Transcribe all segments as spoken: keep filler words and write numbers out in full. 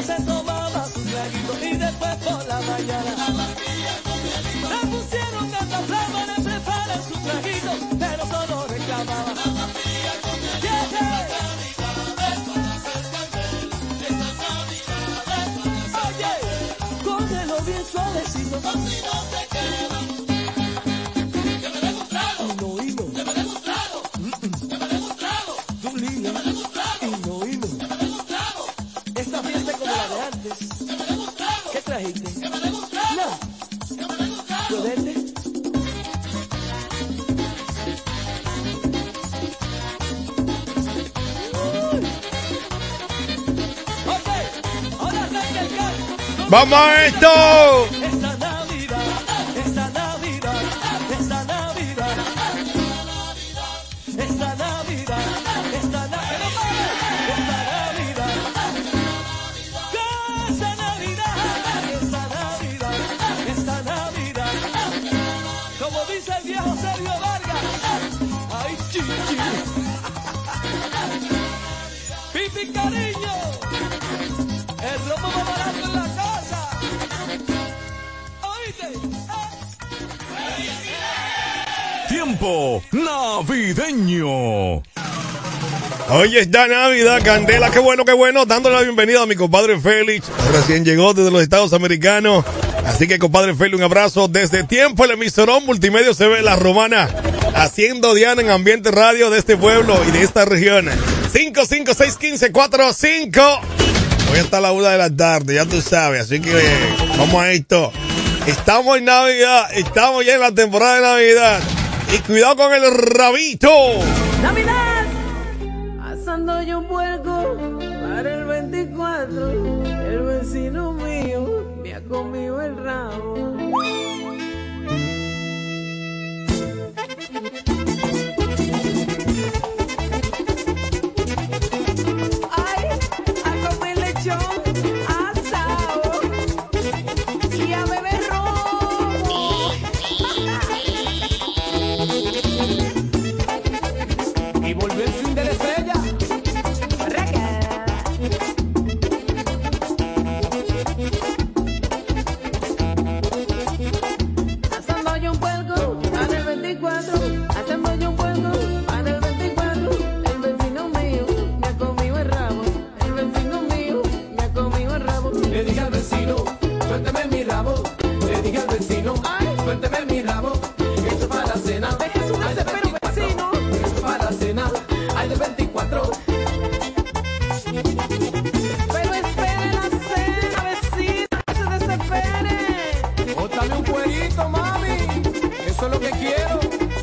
se tomaba su traguito y después por la mañana le pusieron tanta flama, le preparan su traguito, pero solo reclamaba. Bien suavecito, así no te queda. Que me dé un trago, y no, y no. Que me dé un trago, que me dé un trago. Tu lío, que me dé un trago, y no, y no. Que me dé un trago. Esta fiesta es como la de antes. Que me dé un trago. ¿Qué trajiste? Que me dé un trago. No. Que me dé un trago. ¿Puedes? Ok, ahora arranca el carro. ¡Vamos a esto! Esta Navidad, esta Navidad, esta Navidad, esta Navidad, esta Navidad, esta Navidad, esta Navidad, esta Navidad, esta Navidad, como dice el viejo Sergio Vargas, ay chichi, pipi cariño, el robo va barato en la casa. Tiempo navideño. Hoy está Navidad, Candela, qué bueno, qué bueno, dándole la bienvenida a mi compadre Félix, recién llegó desde los Estados Americanos, así que compadre Félix, un abrazo desde Tiempo, el emisorón multimedia se ve La Romana, haciendo Diana en ambiente radio de este pueblo y de esta región. Cinco cinco seis quince cuatro cinco. Hoy está la una de la tarde, ya tú sabes, así que vamos a esto. Estamos en Navidad, estamos ya en la temporada de Navidad. Y cuidado con el rabito. Navidad, asando yo un puerco para el veinticuatro. El vecino mío me ha comido el rabo. Ay, a comer lechón asado y a beber romo. Y volvió el fin de la estrella. Asando yo un puerco para el veinticuatro. Asando yo un puerco para el veinticuatro. El vecino mío me ha comido el rabo. El vecino mío me ha comido el rabo. Le dije al vecino, suélteme mi rabo. Le dije al vecino, ay, suélteme mi rabo. Esto es para la cena. Deje su desespero, vecino. Esto es para la cena. Hay de veinticuatro. Pero espere la cena, vecino, no se desespere. Bótame un cuerito, mami. Eso es lo que quiero.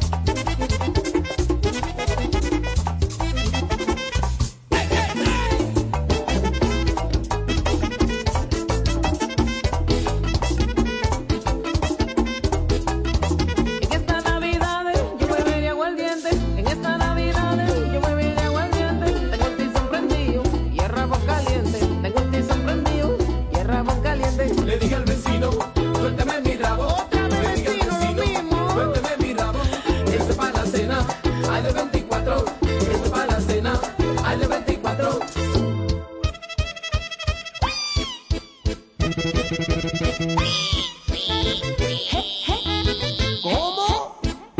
En esta Navidad yo beberé aguardiente. En esta Navidad yo beberé aguardiente. Tengo el tizón prendido y el rabo caliente. Tengo el tizón prendido y el rabo caliente. Le dije al vecino, suélteme mi rabo. Otra vez, Le dije al vecino, lo vecino, mismo. suélteme mi rabo. Esto es para la cena. Hay de veinticuatro. Esto es para la cena. Hay de veinticuatro. ¿Cómo?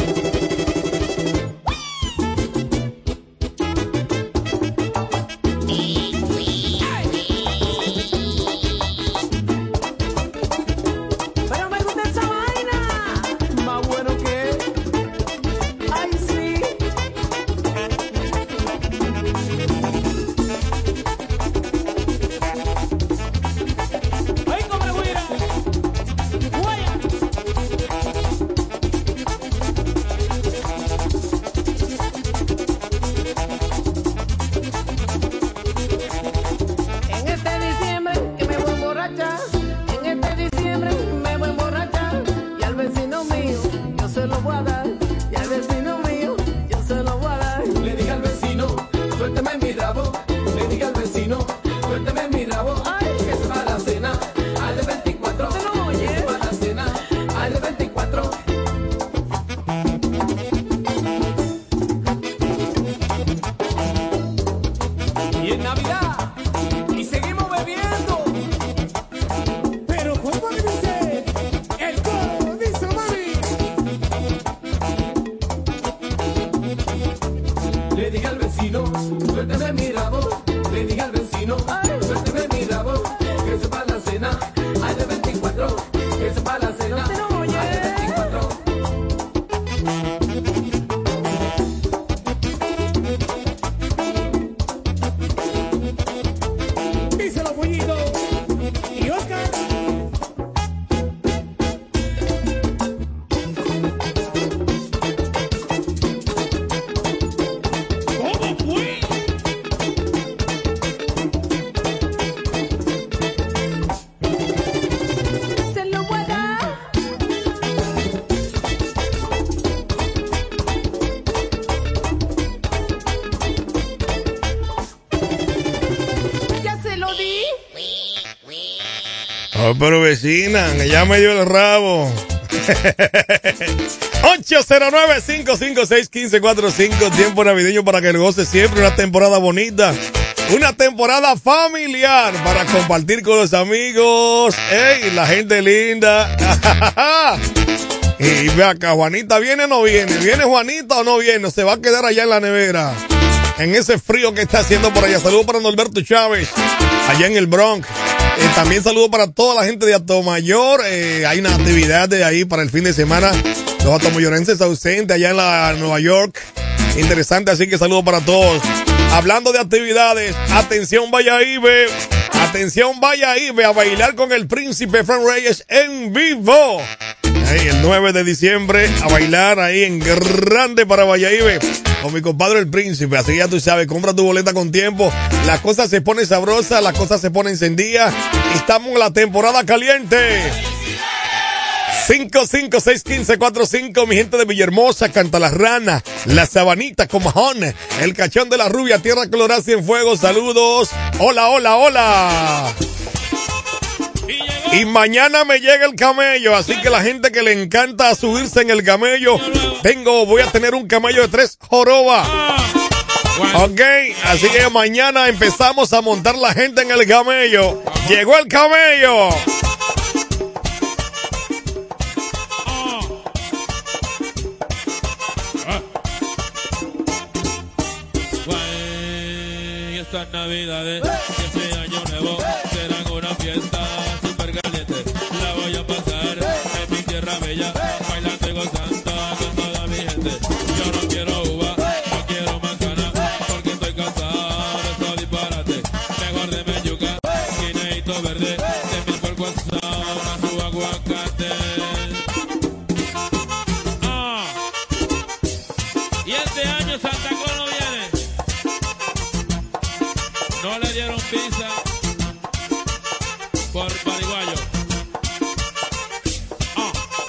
Pero me gusta esa vaina. Más bueno que Ay, sí. ¡ay, cobre güira! ¡Guaya! En este diciembre que me voy a emborrachar. En este diciembre me voy a emborrachar. Y al vecino mío yo se lo voy a dar. Y al vecino mío yo se lo voy a dar. Le dije al vecino, suélteme mi rabo. Le dije al vecino, suélteme mi rabo. Ay. Es para la cena. Hay de veinticuatro. ¿Usted no oye? Es para la cena. Hay de veinticuatro. Y en Navidad. Y seguimos bebiendo. de los pollitos. Y Oscar. ¿Cómo fue? Se lo voy a dar. Ya se lo di. Oh, pero vecina, que ya me dio el rabo. ocho cero nueve, cinco cinco seis, uno cinco cuatro cinco. Tiempo navideño para que el goce siempre. Una temporada bonita. Una temporada familiar para compartir con los amigos. ¡Ey! La gente linda. Y ve acá, Juanita, ¿viene o no viene? ¿Viene Juanita o no viene? ¿Se va a quedar allá en la nevera? En ese frío que está haciendo por allá. Saludos para Norberto Chávez, allá en el Bronx. Eh, también saludos para toda la gente de Atomayor. Eh, hay una actividad de ahí para el fin de semana. Los atomayorenses ausentes allá en la Nueva York. Interesante, así que saludos para todos. Hablando de actividades, atención Valladolid. Atención Valladolid a bailar con el príncipe Fran Reyes en vivo. Ahí, el nueve de diciembre a bailar ahí en grande para Valladolid con mi compadre el príncipe. Así ya tú sabes, compra tu boleta con tiempo. Las cosas se ponen sabrosas, las cosas se ponen encendidas. Estamos en la temporada caliente. cinco cinco seis, uno cinco cuatro cinco, mi gente de Villahermosa, Cantalarrana, La Sabanita, Comajón, El Cachón de la Rubia, Tierra Colorada, Cienfuegos, saludos. Hola, hola, hola. Y mañana me llega el camello, así que la gente que le encanta subirse en el camello, tengo, voy a tener un camello de tres jorobas. Ok, así que mañana empezamos a montar la gente en el camello. Llegó el camello. Estas navidades, este año nuevo, serán una fiesta super caliente. La voy a pasar en mi tierra bella, bailando y gozando con toda mi gente. Yo no quiero uva, no quiero manzana, porque estoy cansado de esos disparates. Mejor deme yuca, guineíto verde, de mi puerco asado, a su aguacate. Ah, y este año Santa Claus no viene. No le dieron pizza por pariguayo. Ah.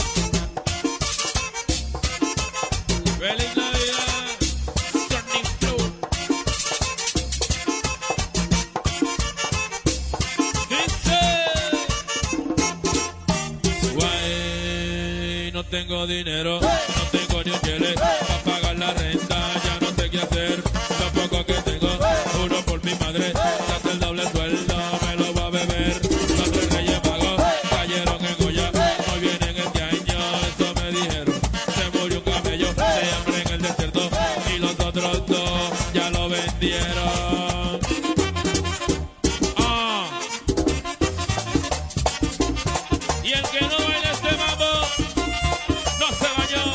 Feliz Navidad, Turning Blue. Dice, guay, no tengo dinero, no tengo ni un chile para pagar la renta, ya no sé qué hacer, lo poco que tengo, uno por mi madre, date el doble sueldo, me lo va a beber. Los tres reyes magos cayeron en olla, no vienen este año, eso me dijeron. Se murió un camello de hambre en el desierto y los otros dos ya lo vendieron. Ah. Y el que no baila este mambo no se bañó.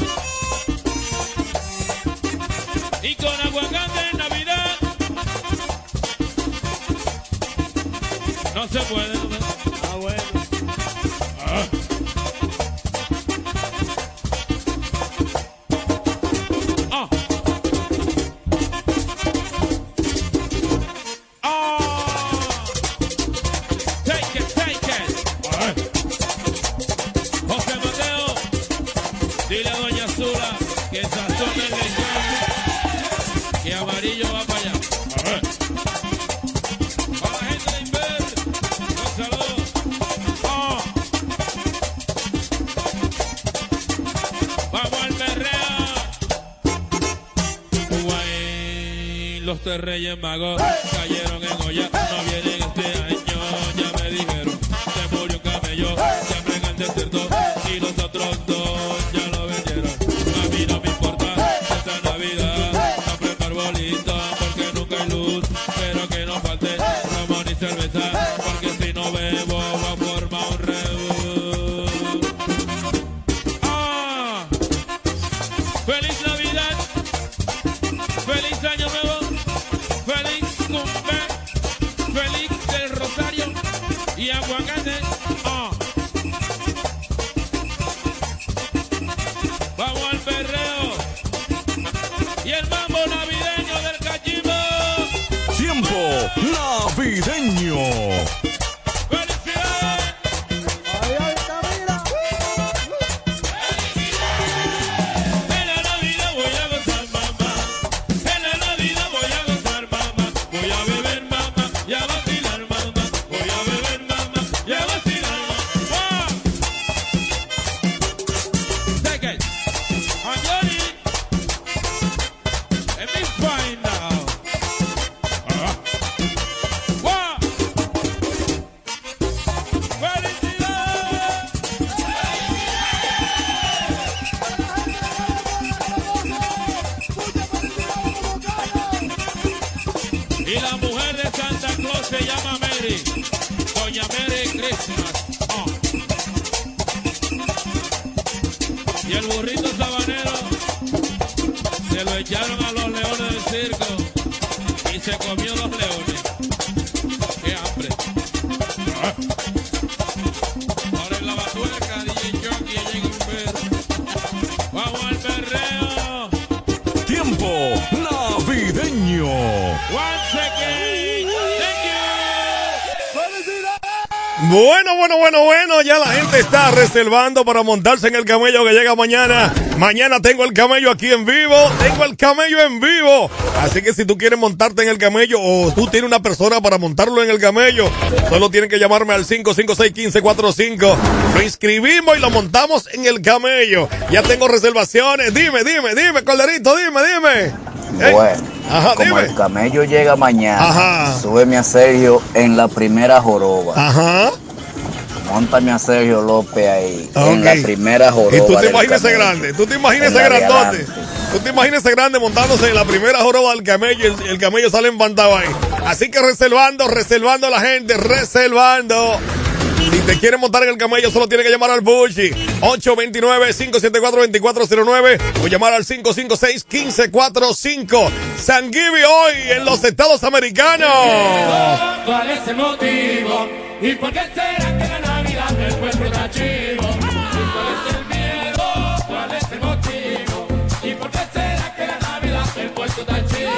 Y con aguacate en Navidad no se puede, no se... Ah, bueno. Ah. Ah. Ah. Take it, take it. Ah. José Mateo, dile a Doña Zula que sazone el lechón, que amarillo va para allá. Ah. Para la gente de Inver, un saludo. Oh. Vamos al berrea. Guay, los tres reyes magos cayeron en olla, no vienen este año, ya me dijeron. Se murió un camello, siempre en el desierto, y los otros dos ya lo vendieron. A mí no me importa esta Navidad, no preparo bolito porque nunca hay luz, pero que no falte romo ni cerveza, porque si no bebo va a formar un rebú. ¡Ah! ¡Feliz Navidad! ¡Feliz Año Nuevo! ¡Feliz cumple! ¡Feliz y aguacate. Oh. Vamos al perreo y el mambo navideño del cachimbo. Tiempo navideño. ¡Felicidades! Ay, ay, Camila. En la Navidad voy a gozar, mamá. En la Navidad voy a gozar, mamá. Voy a beber, mamá, y a vacilar, mamá. Voy a beber, mamá, y a vacilar, mamá. Take it. I'm Johnny. Let me find out. Ah. Wow. ¡Felicidades! Y la mujer de Santa Claus se llama Mary. Doña Mary Christmas. Oh. Y el burrito sabanero se lo echaron a los leones del circo y se comió los leones. ¡Qué hambre! Ah. Ahora en la batueca, D J Chucky y llega un perro. ¡Vamos al perreo! Tiempo navideño. Once again, thank you. Bueno, bueno, bueno, bueno, ya la gente está reservando para montarse en el camello que llega mañana. Mañana tengo el camello aquí en vivo, tengo el camello en vivo. Así que si tú quieres montarte en el camello o tú tienes una persona para montarlo en el camello, solo tienen que llamarme al cinco cinco seis, uno cinco cuatro cinco. Lo inscribimos y lo montamos en el camello. Ya tengo reservaciones. Dime, dime, dime, Corderito, dime, dime. Ey. Bueno, Ajá, como dime. el camello llega mañana, Ajá. súbeme a Sergio en la primera joroba. Ajá. Móntame a Sergio López ahí, Ok. en la primera joroba. Y tú te del imaginas ese camello. grande, tú te imaginas En ese la de grandote. adelante. Tú te imaginas ese grande montándose en la primera joroba del camello y el, el camello sale empantado ahí. Así que reservando, reservando a la gente, reservando. Si te quieren montar en el camello, solo tiene que llamar al Bushi. ocho dos nueve, cinco siete cuatro, dos cuatro cero nueve o llamar al cinco cinco seis, uno cinco cuatro cinco. San Givy hoy en los Estados Americanos. ¿Cuál es el motivo? ¿Y por qué será que la Navidad del pueblo está chivo? ¿Y cuál es el miedo? ¿Cuál es el motivo? ¿Y por qué será que la Navidad del pueblo está chivo?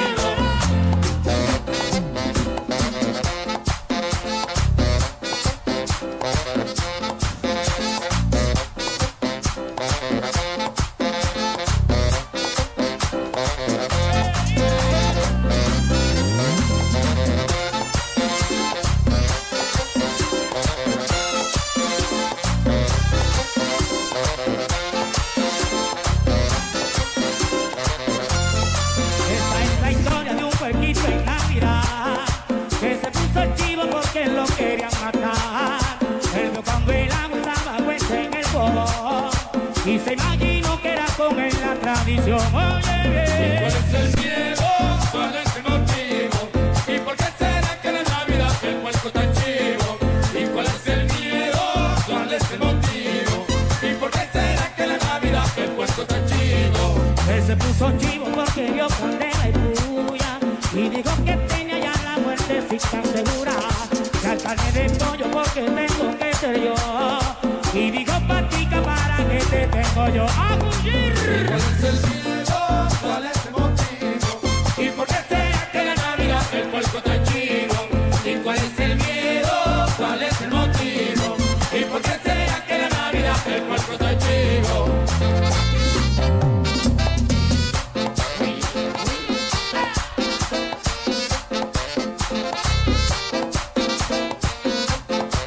Esta es la historia de un puerquito en Navidad que se puso chivo porque lo querían matar. Él vio cuando el agua estaba puesta en el bowl y se imaginó que era con él la tradición. Oye, ¿Cuál es el miedo? ¿Cuál es el motivo? ¿Y por qué será que la Navidad del puerco está chivo? ¿Y cuál es el miedo? ¿Cuál es el motivo? ¿Y por qué será que la Navidad del puerco está chivo? él se puso chivo porque vio candela y puya y dijo que tenía ya la muerte fija segura. Que al carne de pollo porque tengo que ser yo y dijo patica para que te tengo yo a fugir. ¿Cuál es el miedo? ¿Cuál es el motivo? ¿Y por qué será que la Navidad del puerco está chivo? ¿Y cuál es el miedo? ¿Cuál es el motivo? ¿Y por qué será que la Navidad del puerco está chivo?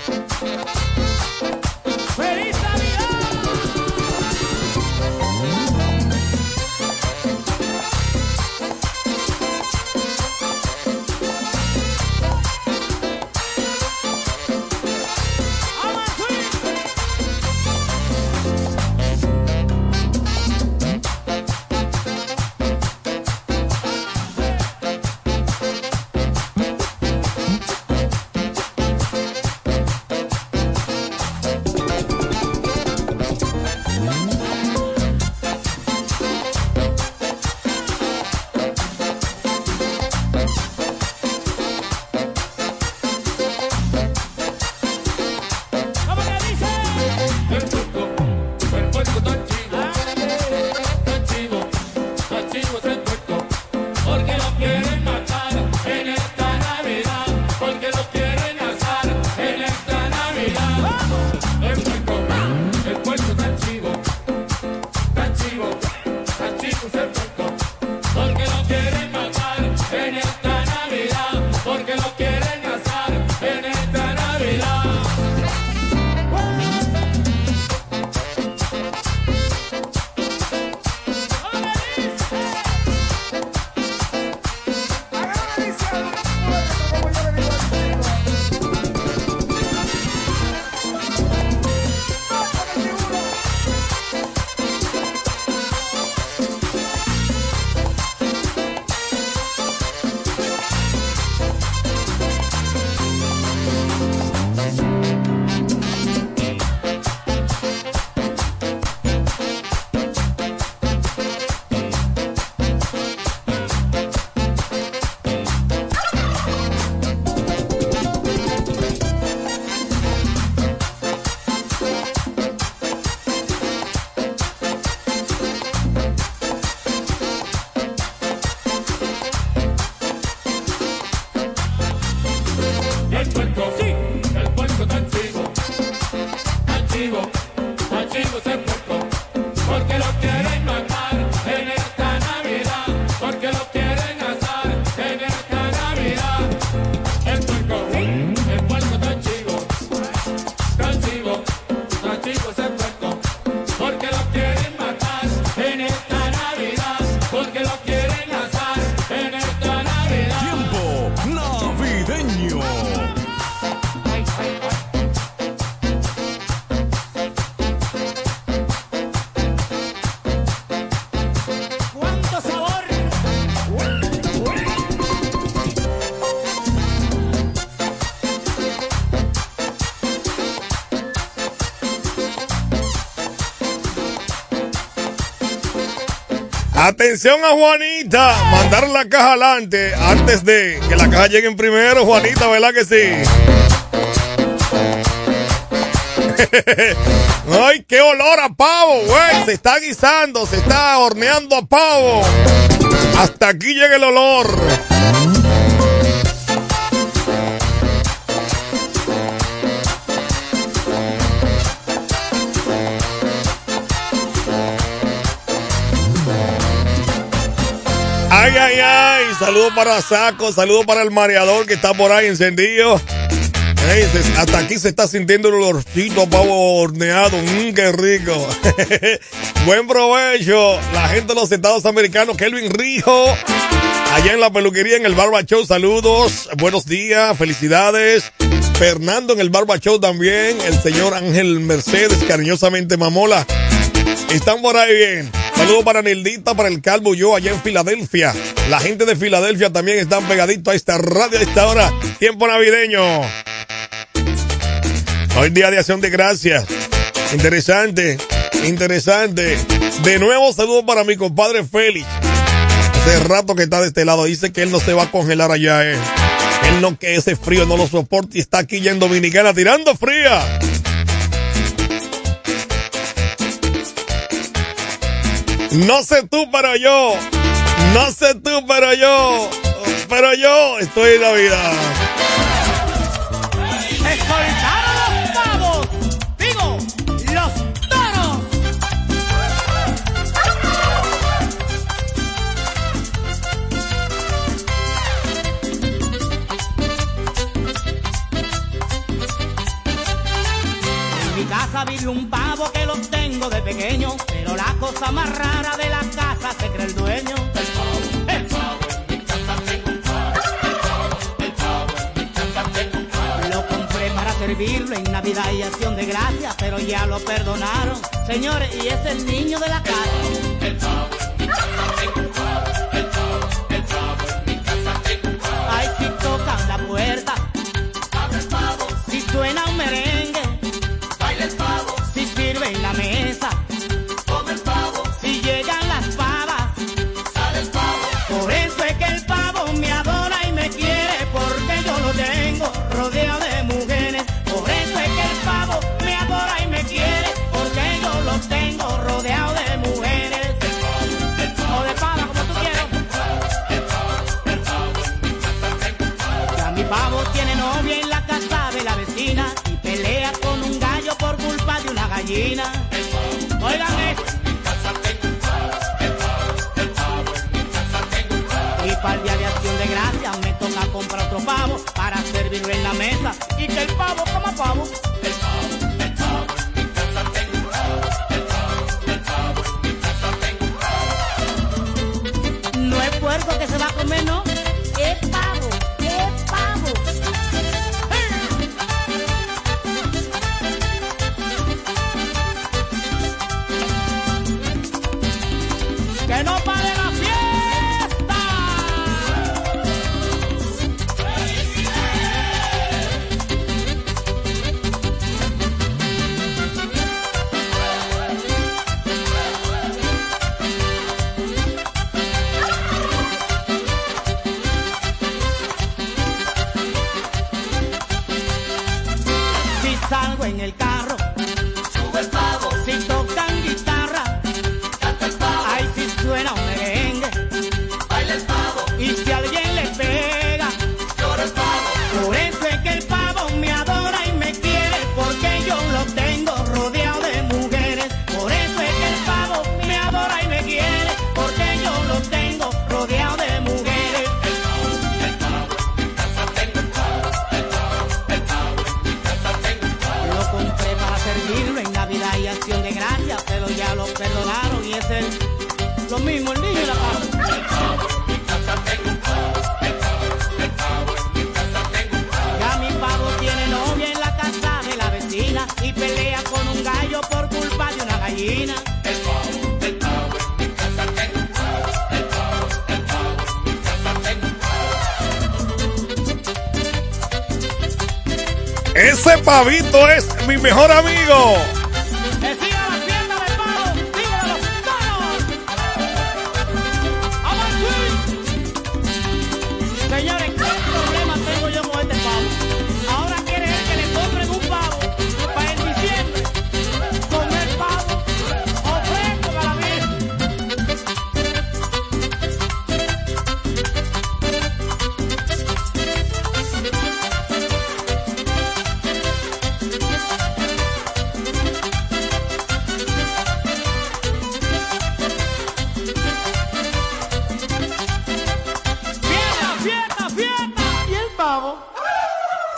¡Feliz Navidad! Atención a Juanita, mandar la caja adelante antes de que la caja llegue en primero, Juanita, ¿verdad que sí? ¡Ay, qué olor a pavo, güey! Se está guisando, se está horneando a pavo. Hasta aquí llega el olor. Ay, ay, ay, saludo para Saco, saludo para el mareador que está por ahí encendido. Hey, se, hasta aquí se está sintiendo el olorcito a pavo horneado, mmm, qué rico. Buen provecho, la gente de los Estados Americanos, Kelvin Rijo, allá en la peluquería, en el Barba Show, saludos, buenos días, felicidades. Fernando en el Barba Show también, el señor Ángel Mercedes, cariñosamente Mamola, están por ahí bien. Saludos para Nildita, para el Calvo Yo, allá en Filadelfia. La gente de Filadelfia también están pegaditos a esta radio a esta hora. Tiempo navideño. Hoy día de acción de gracias. Interesante, interesante. De nuevo, saludos para mi compadre Félix. Hace rato que está de este lado. Dice que él no se va a congelar allá, eh. Él no, que ese frío no lo soporta y está aquí ya en Dominicana tirando fría. No sé tú, pero yo. No sé tú, pero yo. Pero yo estoy en Navidad. ¡Escoltaron los pavos! ¡Digo, los toros! En mi casa vive un pavo que lo tengo de pequeño, pero la cosa más rara de la casa se cree el dueño. El pavo, el pavo en mi casa tengo un pavo. El pavo, el pavo en mi casa tengo un pavo. Lo compré para servirlo en Navidad y Acción de Gracias, pero ya lo perdonaron. Señores, y es el niño de la casa. El pavo en mi casa tengo un pavo. El pavo, el pavo en mi casa tengo un pavo. Ay, si tocan la puerta, abre el pavo. Si suena un merengue, baila el pavo. Si sirve en la mesa, come el pavo. Si llegan las pavas, sale el pavo. Por eso es que el pavo me adora y me quiere, porque yo lo tengo rodeado de mujeres. Por eso es que el pavo me adora y me quiere, porque yo lo tengo rodeado de mujeres. El pavo, el pavo, o de pava, como tú quieras. El pavo, el pavo, en mi casa tengo un pavo. Ya mi pavo tiene novia en la casa de la vecina y pelea con un gallo por culpa de una gallina. El pavo, oigan esto. Y para el día de Acción de Gracias me toca comprar otro pavo para servirlo en la mesa y que el pavo coma pavo. El pavo, el pavo, en mi casa tengo un pavo. El pavo, el pavo, en mi casa tengo un pavo. No es puerco que se va a comer, no. Es pavo, es pavo. ¡Que no pare la fiesta! Si salgo en el carro, sube el pavo. Si tocan guitarra, canta el pavo. Ay, si suena un merengue, baila el pavo. Y si alguien le pega, llora el pavo. Por eso es que el pavo me adora y me quiere, porque yo lo tengo rodeado de mujeres. Por eso es que el pavo me adora y me quiere, porque yo lo tengo rodeado de mujeres. El pavo, el pavo, en mi casa tengo un pavo. El pavo, el pavo, en mi casa tengo un pavo. Lo compré para servirlo en Navidad y Acción de Gracias, pero ya lo perdonaron y es el, lo mismo el niño y la casa. El pavo, en mi casa tengo un pavo. El pavo, el pavo, en mi casa tengo un pavo. Ya mi pavo tiene novia en la casa de la vecina y pelea con un gallo por culpa de una gallina. El pavo, el pavo, en mi casa tengo un pavo. El pavo, el pavo, en mi casa tengo un pavo. Ese pavito es mi mejor amigo. ¡Que siga la fiesta del pavo! ¡Dígalo, los toros!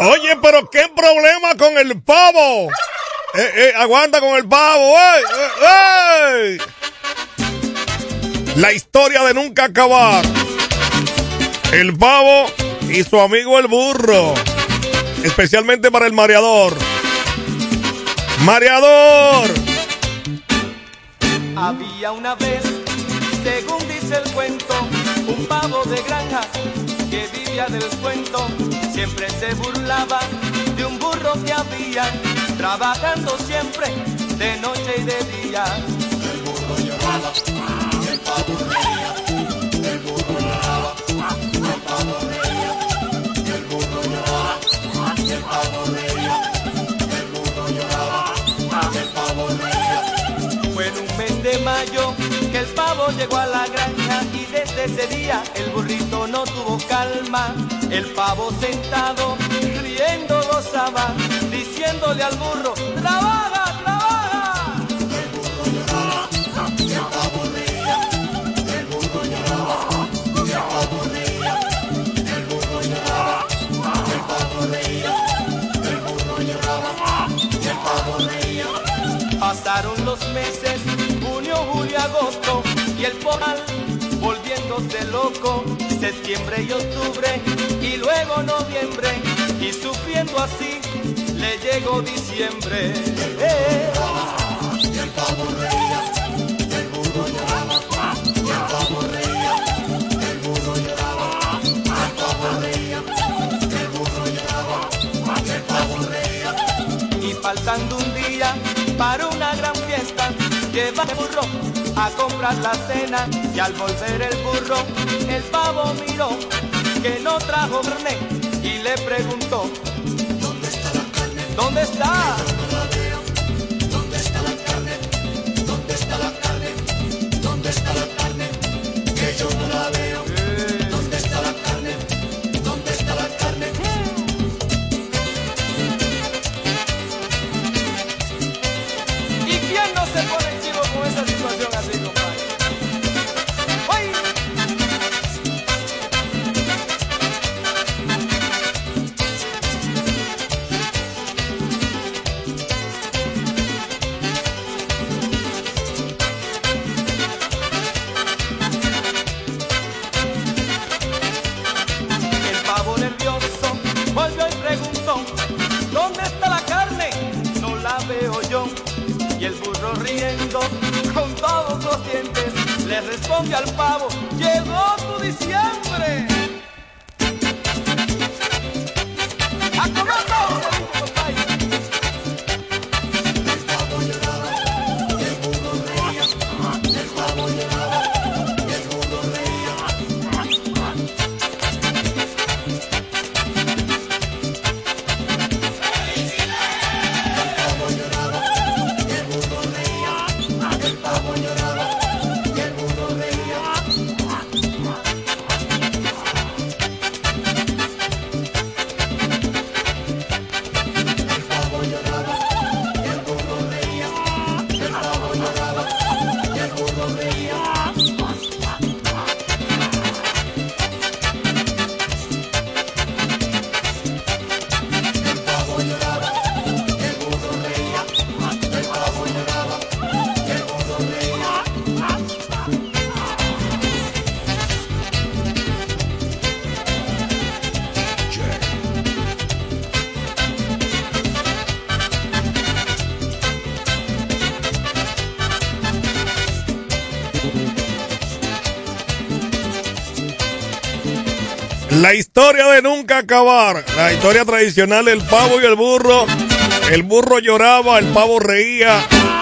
Oye, pero qué problema con el pavo. Eh, eh, aguanta con el pavo. ¡Ey! ¡Ey! La historia de nunca acabar. El pavo y su amigo el burro. Especialmente para el mareador. ¡Mareador! Había una vez, según dice el cuento, un pavo de granja que vivía del cuento. Siempre se burlaba de un burro que había, trabajando siempre de noche y de día. El burro lloraba, el pavo reía. El burro lloraba, el pavo reía. El burro lloraba, el pavo reía. El burro lloraba, el pavo reía. Fue en un mes de mayo que el pavo llegó a la granja y desde ese día el burrito no tuvo calma. El pavo sentado, riendo gozaba, diciéndole al burro, ¡trabaja, trabaja! El burro lloraba, el pavo reía. El burro lloraba, el pavo reía. El burro lloraba, el pavo reía. El burro lloraba, el pavo reía. Pasaron los meses, junio, julio, agosto, y el pomal volviéndose loco, septiembre y octubre, y luego noviembre, y sufriendo así, le llegó diciembre. Eh. Y el pavo reía, el burro lloraba, y el pavo reía, el burro lloraba, el pavo reía, el burro lloraba, el pavo reía. Y faltando un día para una gran fiesta, lleva el burro a comprar la cena, y al volver el burro, el pavo miró que no trajo carne y le preguntó, ¿dónde está la carne? ¿Dónde está? ¿Dónde está la carne? ¿Dónde está la carne? ¿Dónde está la carne? Que yo no la veo. ¿Dónde está la carne? ¿Dónde está la carne? ¿Y quién no se pone chivo con esa situación así, compadre? ¡Ay! El pavo nervioso volvió y preguntó, ¿dónde está la carne? No la veo yo. Y el burro riendo con todos los dientes le responde al pavo, llegó tu diciembre. ¡A comer todo, compadre! El pavo lloraba, el burro reía. El pavo lloraba, el burro reía. El pavo lloraba, el burro reía. El pavo lloraba, el burro reía. El pavo lloraba, el burro reía. El pavo lloraba, el burro reía. El pavo lloraba, el burro reía. El pavo lloraba, el burro reía. La historia de nunca acabar. La historia tradicional del pavo y el burro. El burro lloraba, el pavo reía.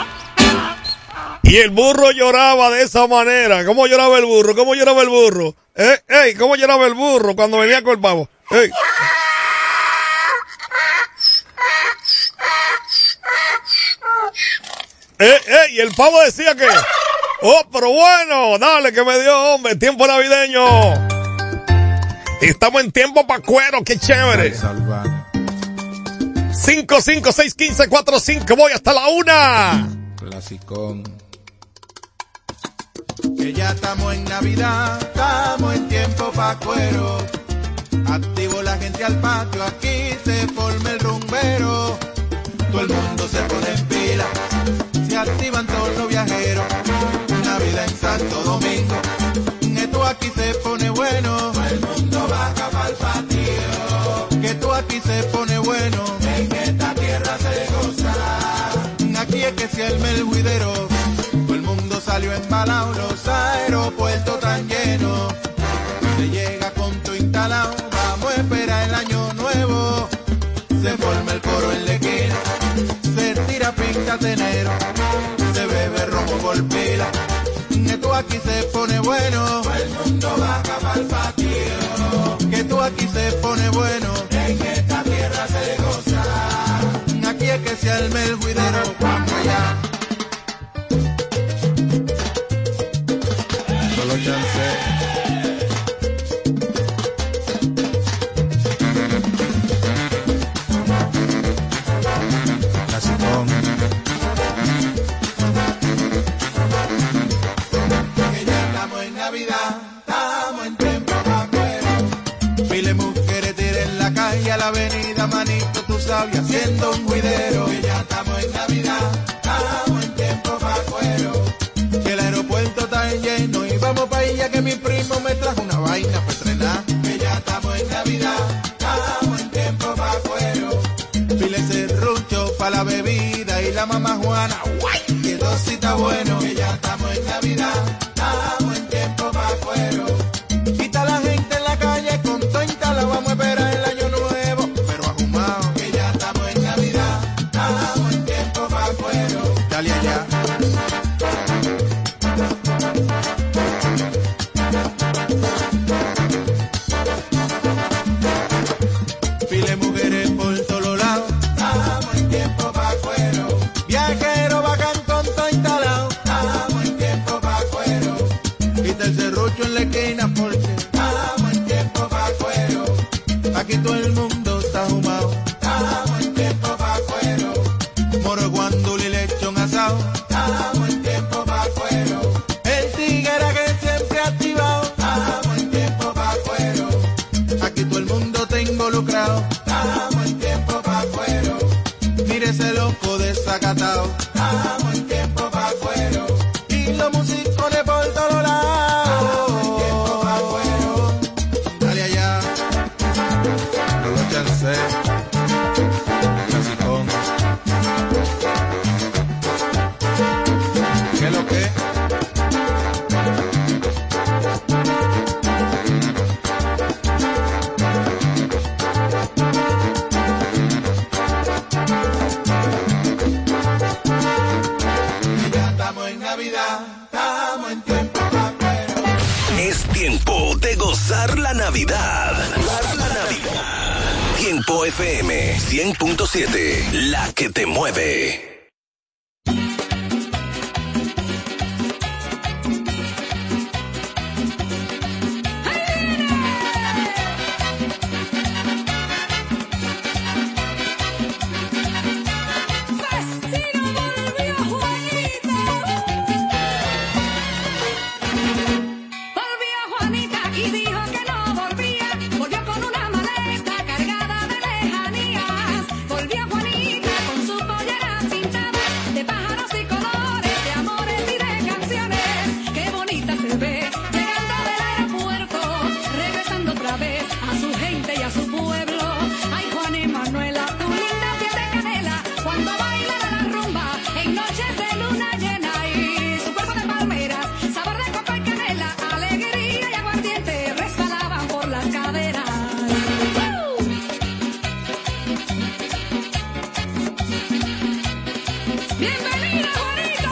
Y el burro lloraba de esa manera. ¿Cómo lloraba el burro? ¿Cómo lloraba el burro? ¿Eh? Ey, ¿cómo lloraba el burro cuando venía con el pavo? Ey. Eh, eh, y el pavo decía que, oh, pero bueno, dale que me dio, hombre, tiempo navideño. Estamos en tiempo pa' cuero, qué chévere. cinco cinco seis uno cinco cuatro cinco, voy hasta la una. Clasicón. Que ya estamos en Navidad, estamos en tiempo pa' cuero. Activo la gente al patio, aquí se forma el rumbero. Todo el mundo se pone en pila, se activan todos los viajeros. Navidad en Santo Domingo, esto aquí se pone bueno. Todo el mundo baja pa'l patio, que esto aquí se pone bueno. En esta tierra se goza, aquí es que se arma el juidero. Todo el mundo salió embalado, los aeropuertos tan llenos. Se llega con tu instalado, vamos a esperar el año nuevo. Se forma el coro en la esquina, se tira pinta de enero, se bebe romo por pila. Esto aquí se pone bueno, el mundo baja pa'l patio. Que esto aquí se pone bueno, en esta tierra se goza. Aquí es que se arme el juidero, vamos allá. Solo chance. La avenida Manito, tú sabes, haciendo un juidero. Que ya estamos en Navidad, estamos en tiempo pa' cuero. Que el aeropuerto está lleno y vamos pa' allá que mi primo me trajo una vaina pa' estrenar. Que ya estamos en Navidad, estamos en tiempo pa' cuero. Pile serrucho pa' la bebida y la mamá Juana, guay, que dosita bueno. Que ya estamos en Navidad, estamos en tiempo pa' cuero. Quita la gente en la calle con tointa, la vamos a esperar el año nuevo. Dale allá. Pile mujeres por todos lados, estamos en tiempo pa' cuero. Viajero bacán con todo instalado, estamos en tiempo pa' cuero. Quita el serrucho en la esquina porque estamos en tiempo pa' cuero. Aquí todo el mundo está fumado, estamos en tiempo pa' cuero. Moro guandul y lechón asado, estamos en tiempo pa' cuero. El tigre que siempre activado, estamos en tiempo pa' cuero. Aquí todo el mundo está involucrado, estamos en tiempo pa' cuero. Mire ese loco desacatado, estamos en tiempo pa' cuero. Y los músicos de por todos lados, estamos en tiempo pa' cuero. Dale allá, no lo chance. ¿Qué es lo que? Ya estamos en Navidad, estamos en tiempo pa' cuero. Es tiempo de gozar la Navidad. Gozar la Navidad. Tiempo F M cien punto siete, la que te mueve. Volvió Juanita con su pollera pintada de pájaros y colores, de amores y de canciones. Qué bonita se ve llegando del aeropuerto, regresando otra vez a su gente y a su pueblo. Ay, Juana y Manuela, tu linda piel de canela, cuando baila la rumba en noches de luna llena. Y su cuerpo de palmeras, sabor de coco y canela, alegría y aguardiente resbalaban por las caderas. ¡Bienvenida, Juanita!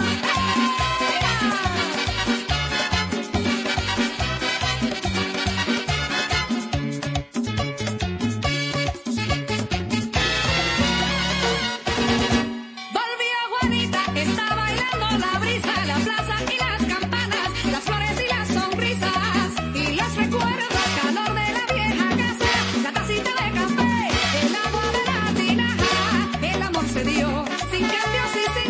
Volvió Juanita, está bailando la brisa, la plaza y las campanas, las flores y las sonrisas, y los recuerdos, calor de la vieja casa, la tacita de café, el agua de la tinaja, el amor se dio sin cambios y sin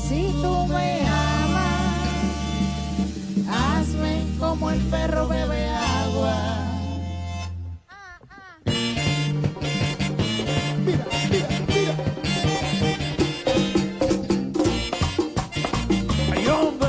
Si tú me amas, hazme como el perro bebe agua. Mira, mira, mira. Ay, hombre.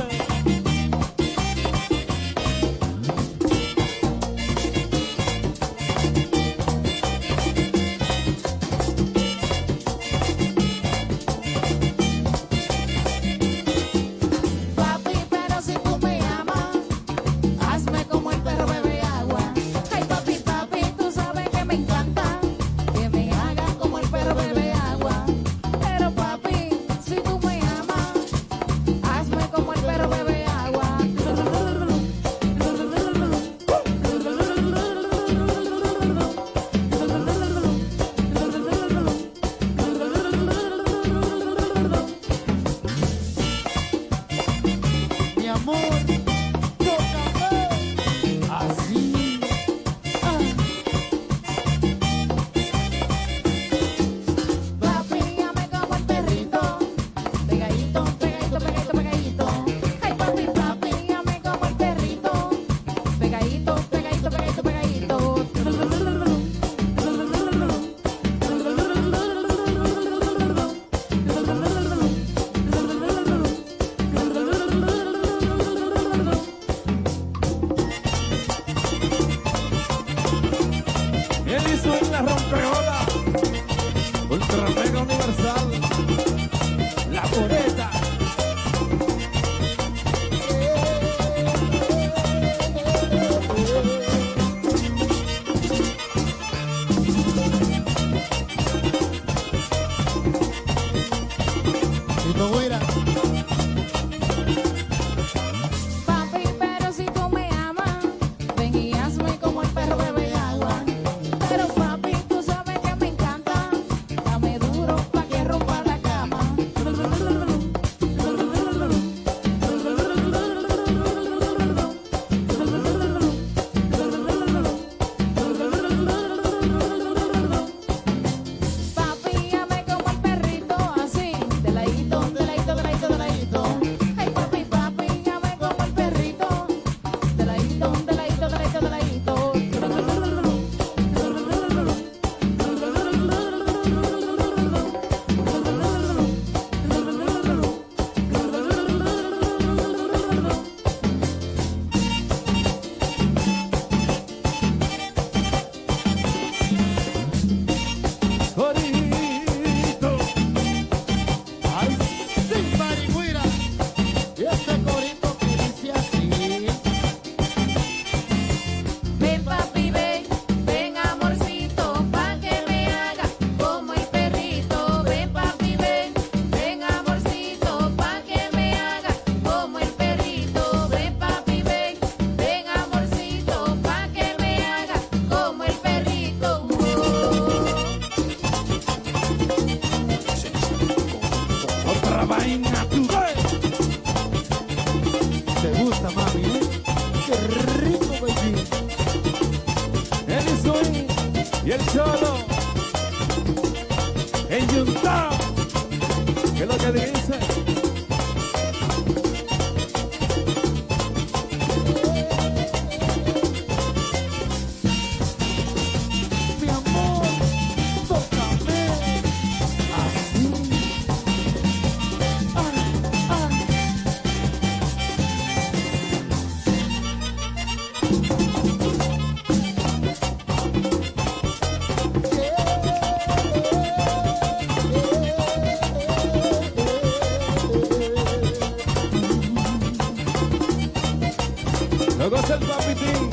Papi, pero si tú me amas, hazme como el perro bebe agua. Ay, papi, papi, tú sabes que me encanta que me hagas como el perro bebe agua. Pero papi, si tú me amas, hazme como el perro bebe agua. Mi amor, tócame así. Ah. Papi, llame como el perrito, pegadito, pegadito, pegadito, pegadito. Ay, papi, papi, llame como el perrito, pegadito, pegadito, pegadito, pegadito. Él hizo una rompeola, ultra mega universal, la coreta. Tito Guira. Papi, pero si tú me amas, ven y hazme como el perro bebe agua. Pero papi, tú sabes que me encanta, dame duro pa' que rompa la cama. Papi, llame como el perrito, así, de ladito, de ladito, de ladito, de ladito. Ay, papi, papi, llame como el perrito, de ladito, de ladito, de ladito, de ladito. Corito. Ay, sí, marihuira. Y este corito que dice así. Ven papi, ven, ven amorcito, pa' que me haga como el perrito. Ven papi, ven, ven amorcito, pa' que me haga como el perrito. Ven papi, ven, ven amorcito, pa' que me haga como el perrito. Otra vaina, tú. ¿Te gusta, mami, eh? Qué rico, baby. Él hizo y el cholo, el yuntao. ¿Qué es lo que dice? Mi amor, tócame así. Ah, ah. Luego es el papitín.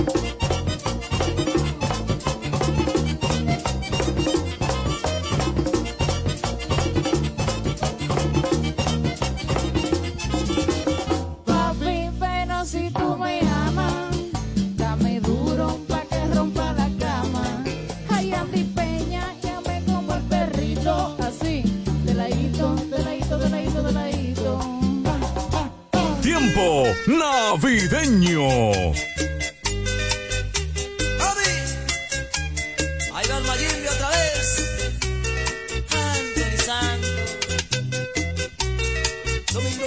Papi, pero si tú me amas, dame duro pa' que rompa la cama. Ay, Andy Peña, llame como el perrito, así, de ladito, de ladito, de ladito, de ladito. Tiempo navideño. Ahí va el Mayimbe otra vez. Anthony Santos. Domingo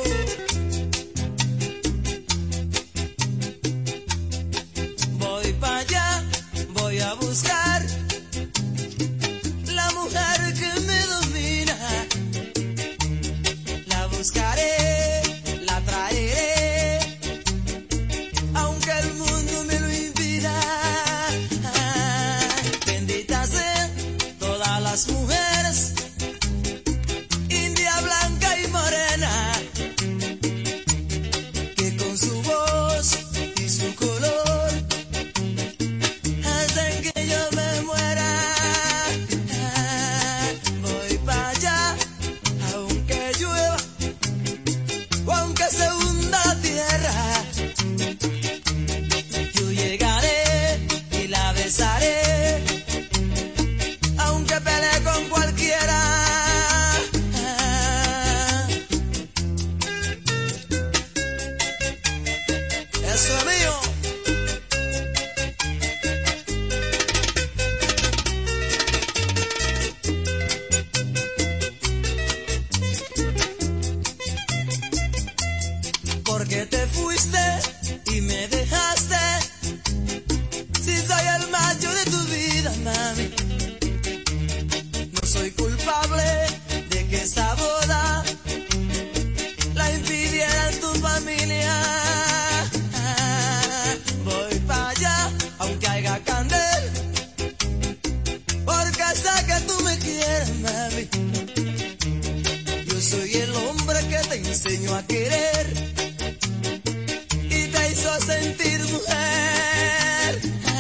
porque te fuiste y me dejaste. Si soy el macho de tu vida, mami, no soy culpable de que esa boda la impidieran tu familia. Voy para allá, aunque haya candel, porque sé que tú me quieres, mami. Yo soy el hombre que te enseñó a querer y te hizo sentir mujer.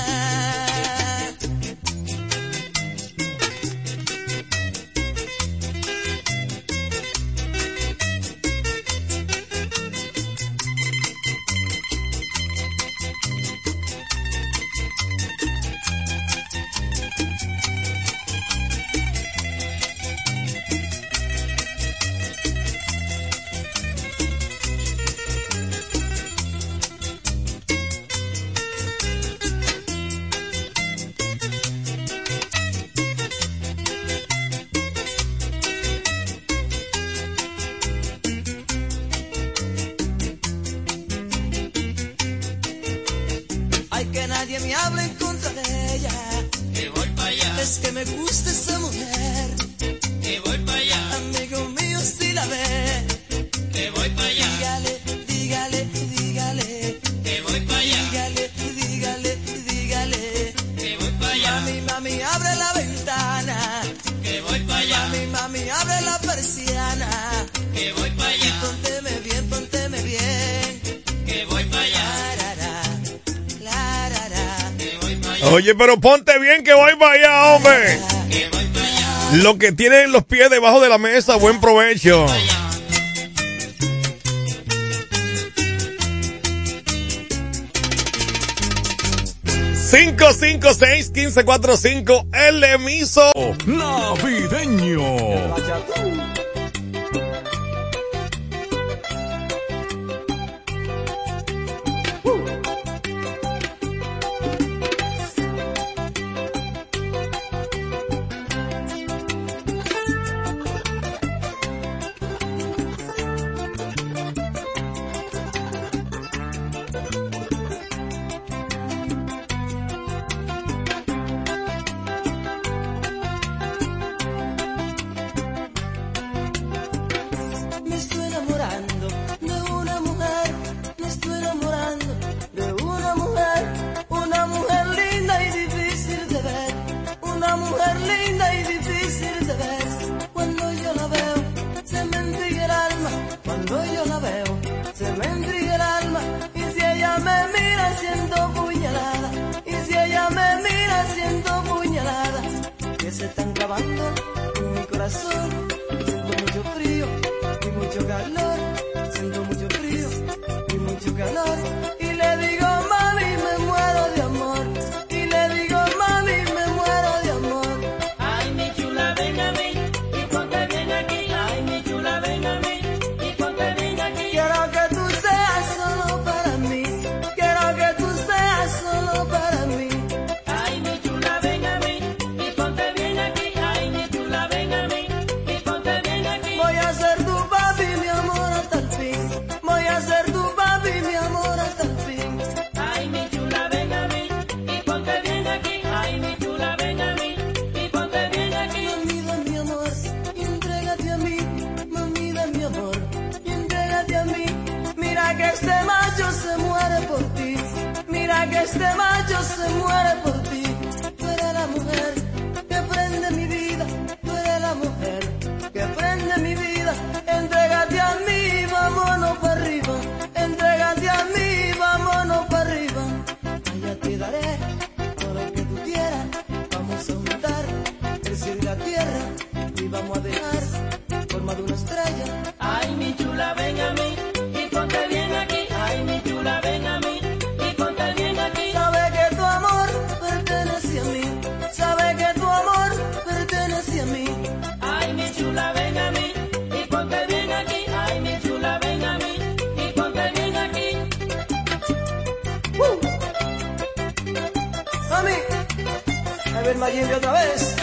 Nadie me habla en contra de ella. Que voy para allá. Es que me gusta esa mujer. Que voy para allá. Amigo mío, si la ve. Que voy para allá. Dígale, dígale, dígale. Que voy para allá. Dígale, dígale, dígale. Que voy para allá. Mami, mami, abre la ventana. Que voy para allá. Mami, mami, abre la persiana. Que voy para allá. Y pónteme bien, pónteme bien. Que voy para allá. Oye, pero ponte bien que voy para allá, hombre. Lo que tienen los pies debajo de la mesa, buen provecho. cinco cinco seis, uno cinco cuatro cinco, el emiso navideño. Otra vez,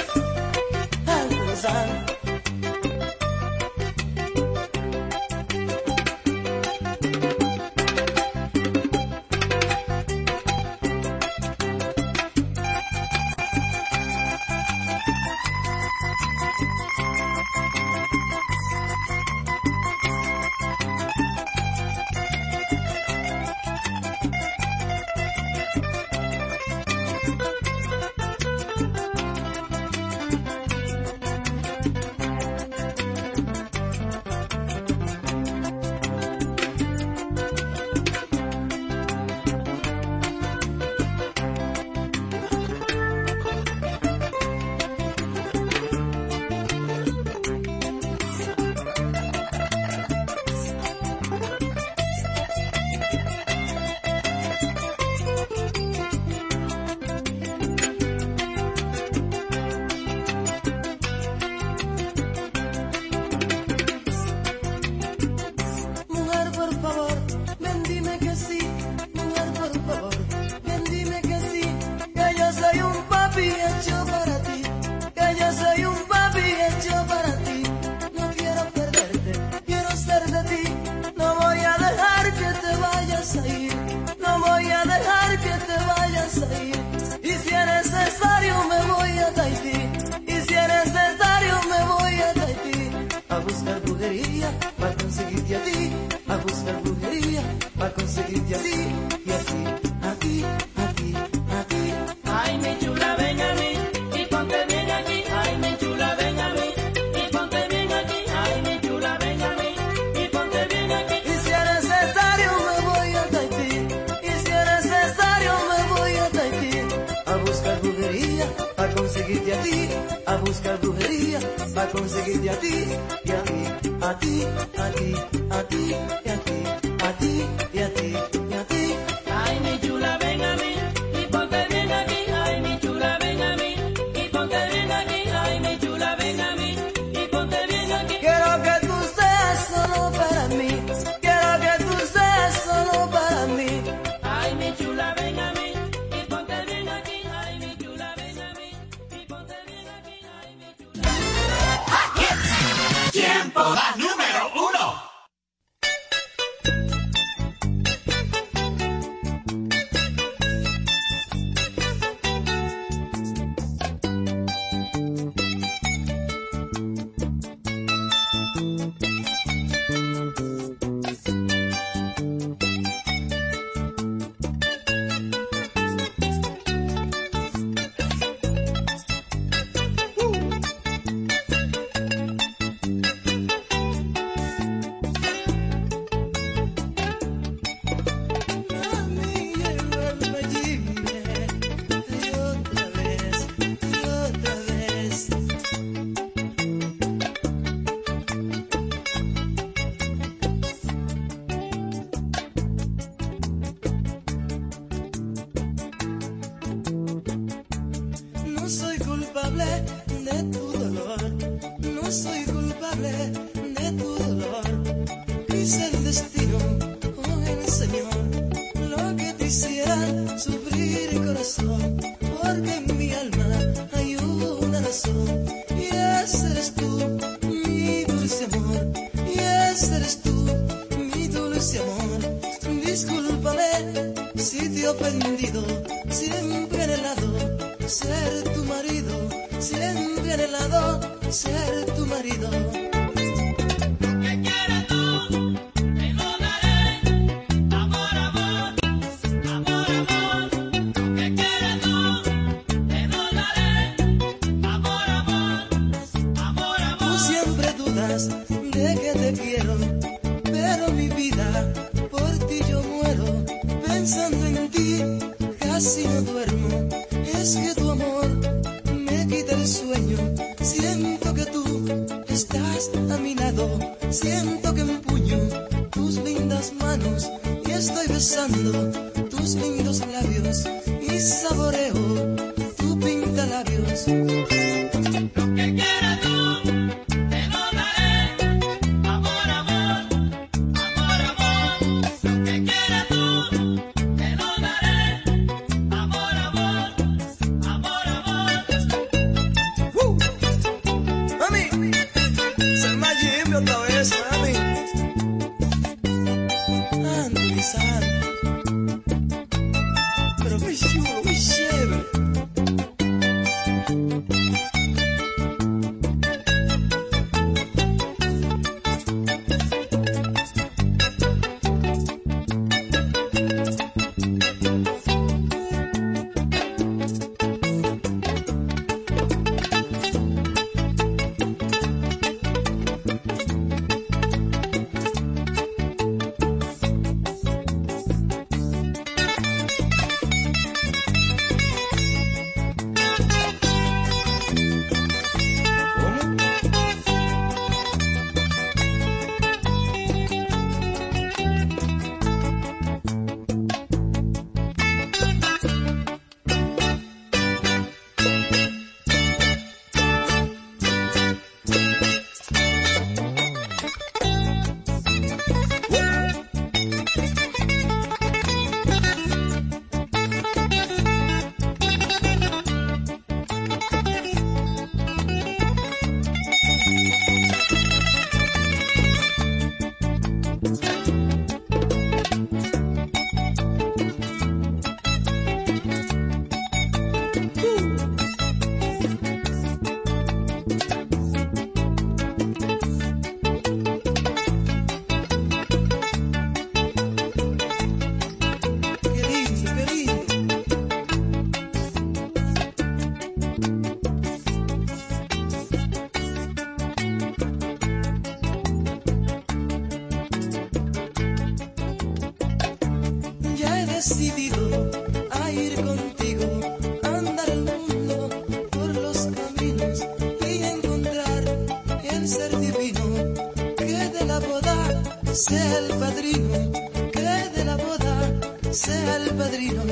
buscar brujería para conseguirte a ti y a ti, a ti, a ti, a ti. Ay, mi chula, ven a mí y ponte bien aquí. Ay, mi chula, ven a mí y ponte bien aquí. Ay, mi chula, ven a mí y ponte bien aquí. Y si es necesario me voy a Tahití, y si es necesario me voy a Tahití, a buscar brujería para conseguirte a ti, a buscar brujería para conseguirte a ti y a ti, a ti, a ti, a ti, y a ti, a ti, y a ti, y a ti. Ay, mi chula, ven a mí y ponte bien aquí. Ay, mi chula, ven a mí y ponte bien aquí. Ay, mi chula, ven a mí y ponte bien aquí. Quiero que tú seas solo para mí, quiero que tú seas solo para mí. Ay, mi chula, ven a mí y ponte bien aquí. Ay, mi chula, ven a mí y ponte bien aquí. Ay, mi chula. Tiempo la número uno. No soy culpable de tu dolor, no soy culpable de tu dolor. Quizá el destino o el Señor lo que te hiciera sufrir el corazón, porque en mi alma hay una razón, y ese eres tú, mi dulce amor, y ese eres tú, mi dulce amor. Discúlpame si te he ofendido, siempre he anhelado ser tu marido, siempre he anhelado ser tu marido. Lo que quieras tú, te lo daré. Amor, amor, amor, amor. Lo que quieras tú, te lo daré. Amor, amor, amor, amor. Tú siempre dudas de que te quiero, pero mi vida, por ti yo muero. Pensando en ti, casi no duermo. Es que tu amor me quita el sueño. Siento que tú estás a mi lado. Siento que empuño tus lindas manos y estoy besando tus lindos labios y saboreo tu pintalabios. Lo que quieras tú, te lo daré. Amor, amor, amor, amor. Lo que quieras tú, te lo daré. Amor, amor, amor, amor. ¡Uh! Mami, Selma Jimmy otra vez, mami. Ando, Lizardo. Pero muy chulo, muy chévere. decidido a ir contigo, andar el mundo por los caminos y encontrar el ser divino, que de la boda sea el padrino, que de la boda sea el padrino.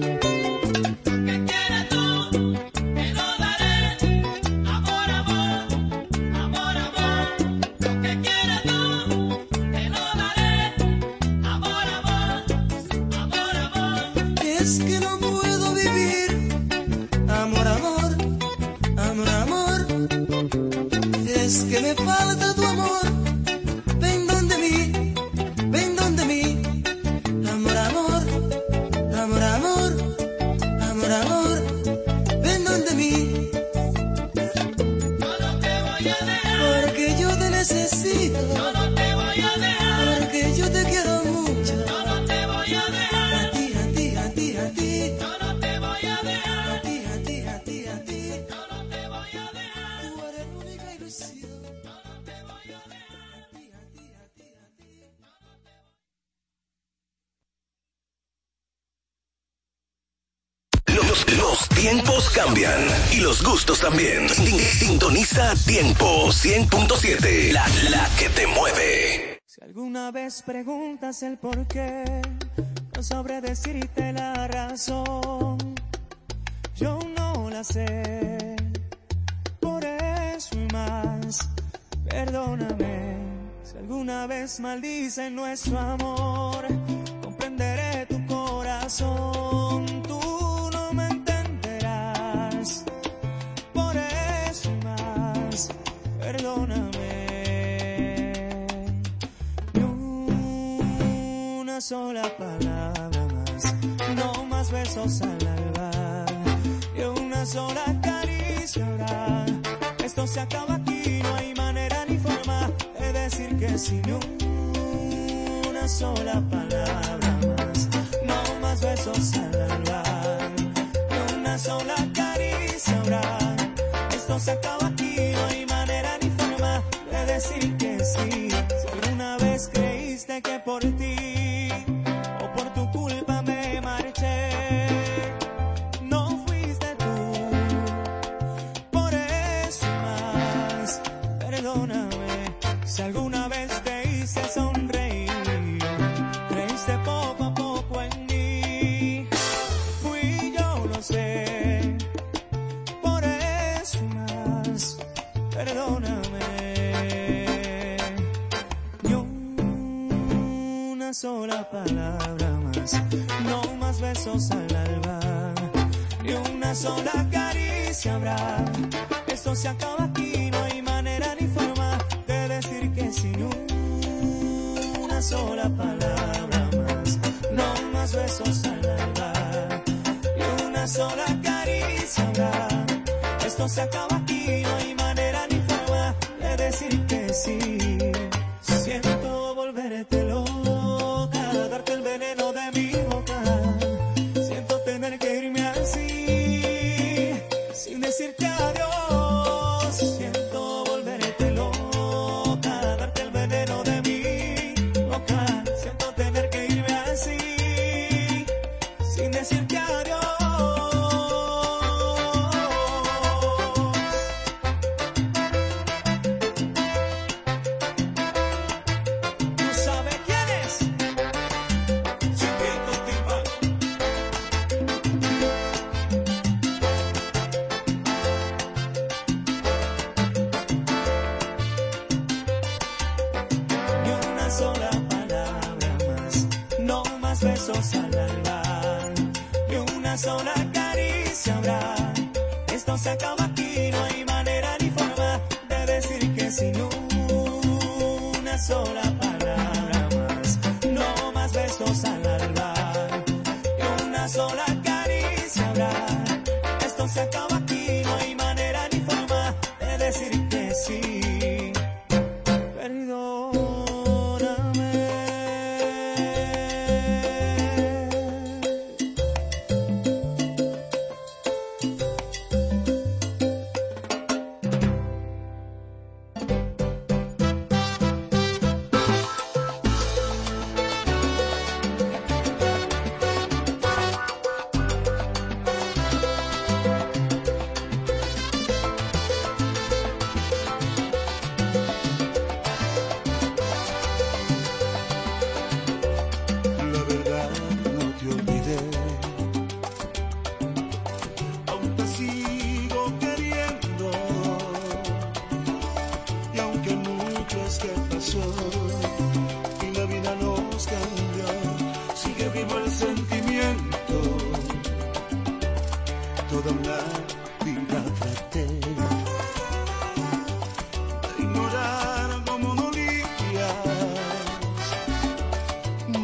Es que no puedo vivir, amor, amor, amor, amor. Es que me falta tu amor. Ven donde mí, ven donde mí. Amor, amor, amor, amor, amor, amor. Ven donde mí. Yo no te voy a dejar, porque yo te necesito. Yo no te voy a dejar, porque yo te quiero mucho. Yo no te voy a dejar. A ti, a ti, a ti, a ti. Yo no te voy a dejar. A ti, a ti, a ti, a ti. Yo no te voy a dejar. Tú eres la única ilusión. Yo no te voy a dejar. A ti, a ti, a ti, a ti. Los, los tiempos cambian y los gustos también. Sin- Sintoniza Tiempo cien punto siete, la, la que te mueve. Si alguna vez preguntas el por qué, no sabré decirte la razón. Yo no la sé, por eso y más, perdóname. Si alguna vez maldicen nuestro amor, comprenderé tu corazón. Tú no me entenderás, por eso y más, perdóname. Ni una sola palabra más, no más besos al alba, y una sola caricia habrá. Esto se acaba aquí, no hay manera ni forma de decir que sí. Ni una sola palabra más, no más besos al alba, y una sola caricia habrá. Esto se acaba aquí, no hay manera ni forma de decir que sí. Si alguna vez creíste que por ti o por tu culpa me marché, no fuiste tú, por eso más, perdóname. Si alguna vez te hice sonreír, creíste poco a poco en mí, fui yo, lo sé, por eso más, perdóname. Ni una sola palabra más, no más besos al alba, y una sola caricia habrá. Esto se acaba aquí, no hay manera ni forma de decir que sí. Ni una sola palabra más, no más besos al alba, y una sola caricia habrá. Esto se acaba aquí, no hay manera ni forma de decir que sí. Siento volverte loca, darte el veneno de mi boca. Siento tener que irme así, sin decirte adiós. Siento volverte loca, darte el veneno de mi boca. Siento tener que irme así, sin decirte adiós. ¿Tú sabes quién es? Chiquito Timbal. Ni una sola palabra más, no más besos al alba, ni una sola caricia habrá. Esto se acaba aquí, no hay manera ni forma de decir que sí. Ni una sola palabra más, no más besos al alba, y una sola caricia habrá. Esto se acaba aquí, no hay manera ni forma de decir que sí.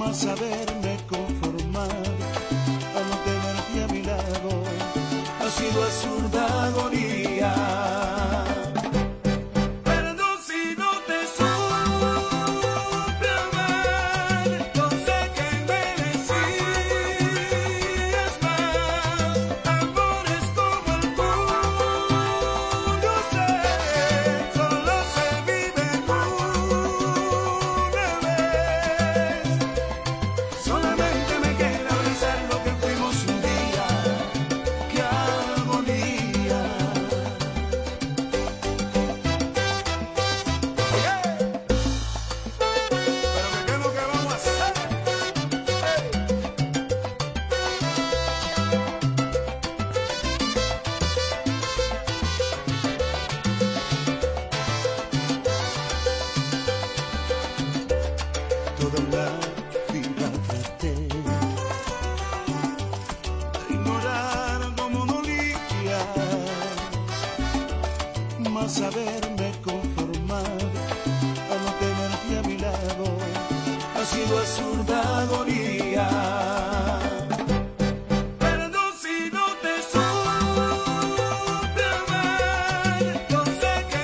más haberme conformado a no tenerte a mi lado ha sido absurda agonía. Perdón si no te supe amar, no sé que merecías más amores como el tuyo, sé, solo se vive una vez. Solamente me queda abrazar lo que fuimos un día, qué agonía. Pero ¿qué es lo que vamos a hacer? Toda la vida traté de ignorar como dolía, más haberme conformado a no tenerte a mi lado ha sido absurda agonía. Perdón si no te supe amar, yo sé que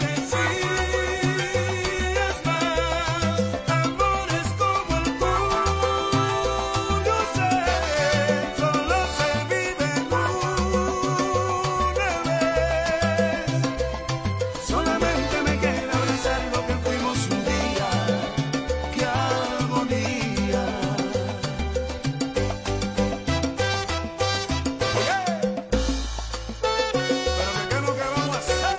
merecías más amores como el tuyo, sé, solo se vive una vez. Solamente me queda abrazar lo que fuimos un día, qué agonía. Pero ¿qué es lo que vamos a hacer?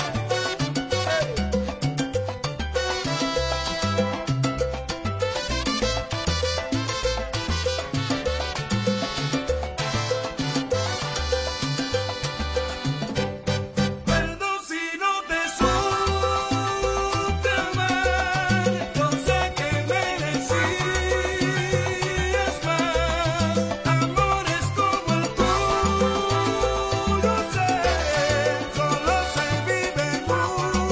Perdón si no te supe amar, yo sé que merecías más amores como el tuyo, sé, solo se vive una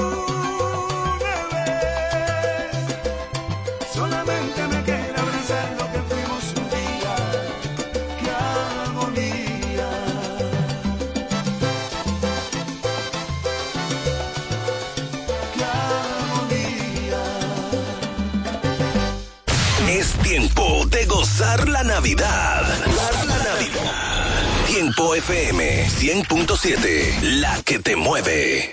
vez. Solamente me queda abrazar lo que fuimos un día, qué agonía. Qué agonía. Es tiempo de gozar la Navidad. Gozar la Navidad. Tiempo F M cien punto siete, la que te mueve.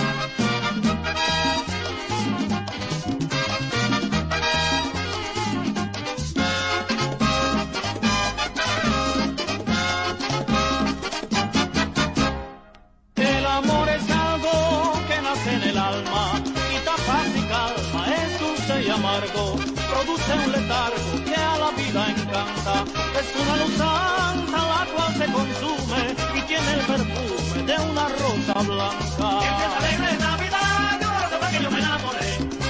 El amor es algo que nace en el alma, quita paz y calma, es dulce y amargo, produce un letargo que a la vida encanta. Es una luz santa la cual se consume y tiene el perfume de una rosa blanca. Que empieza alegre Navidad, yo no sé por qué yo me enamoré.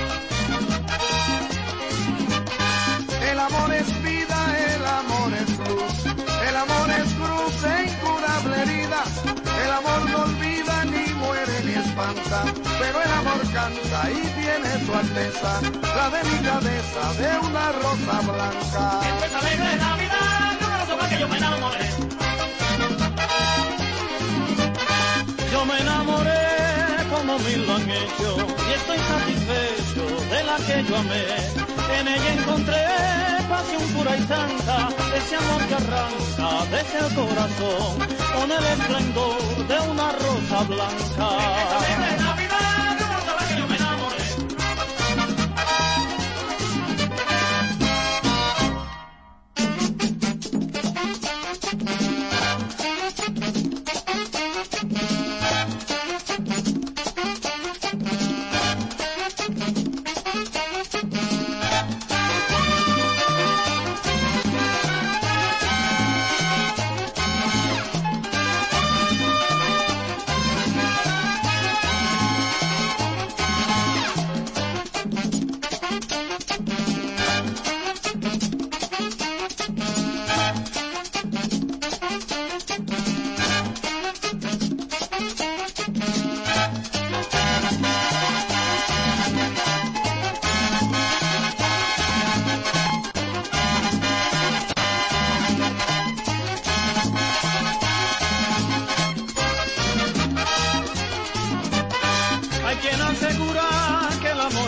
El amor es vida, el amor es luz, el amor es cruz e incurable herida. El amor no olvida, ni muere, ni espanta, pero el amor canta y tiene su alteza, la delicadeza de una rosa blanca. Que empieza alegre Navidad, yo no sé por qué yo me enamoré. Yo me enamoré como mil lo han hecho y estoy satisfecho de la que yo amé. En ella encontré pasión pura y santa, ese amor que arranca desde el corazón con el esplendor de una rosa blanca. De Navidad, yo no sabía que yo me enamoré.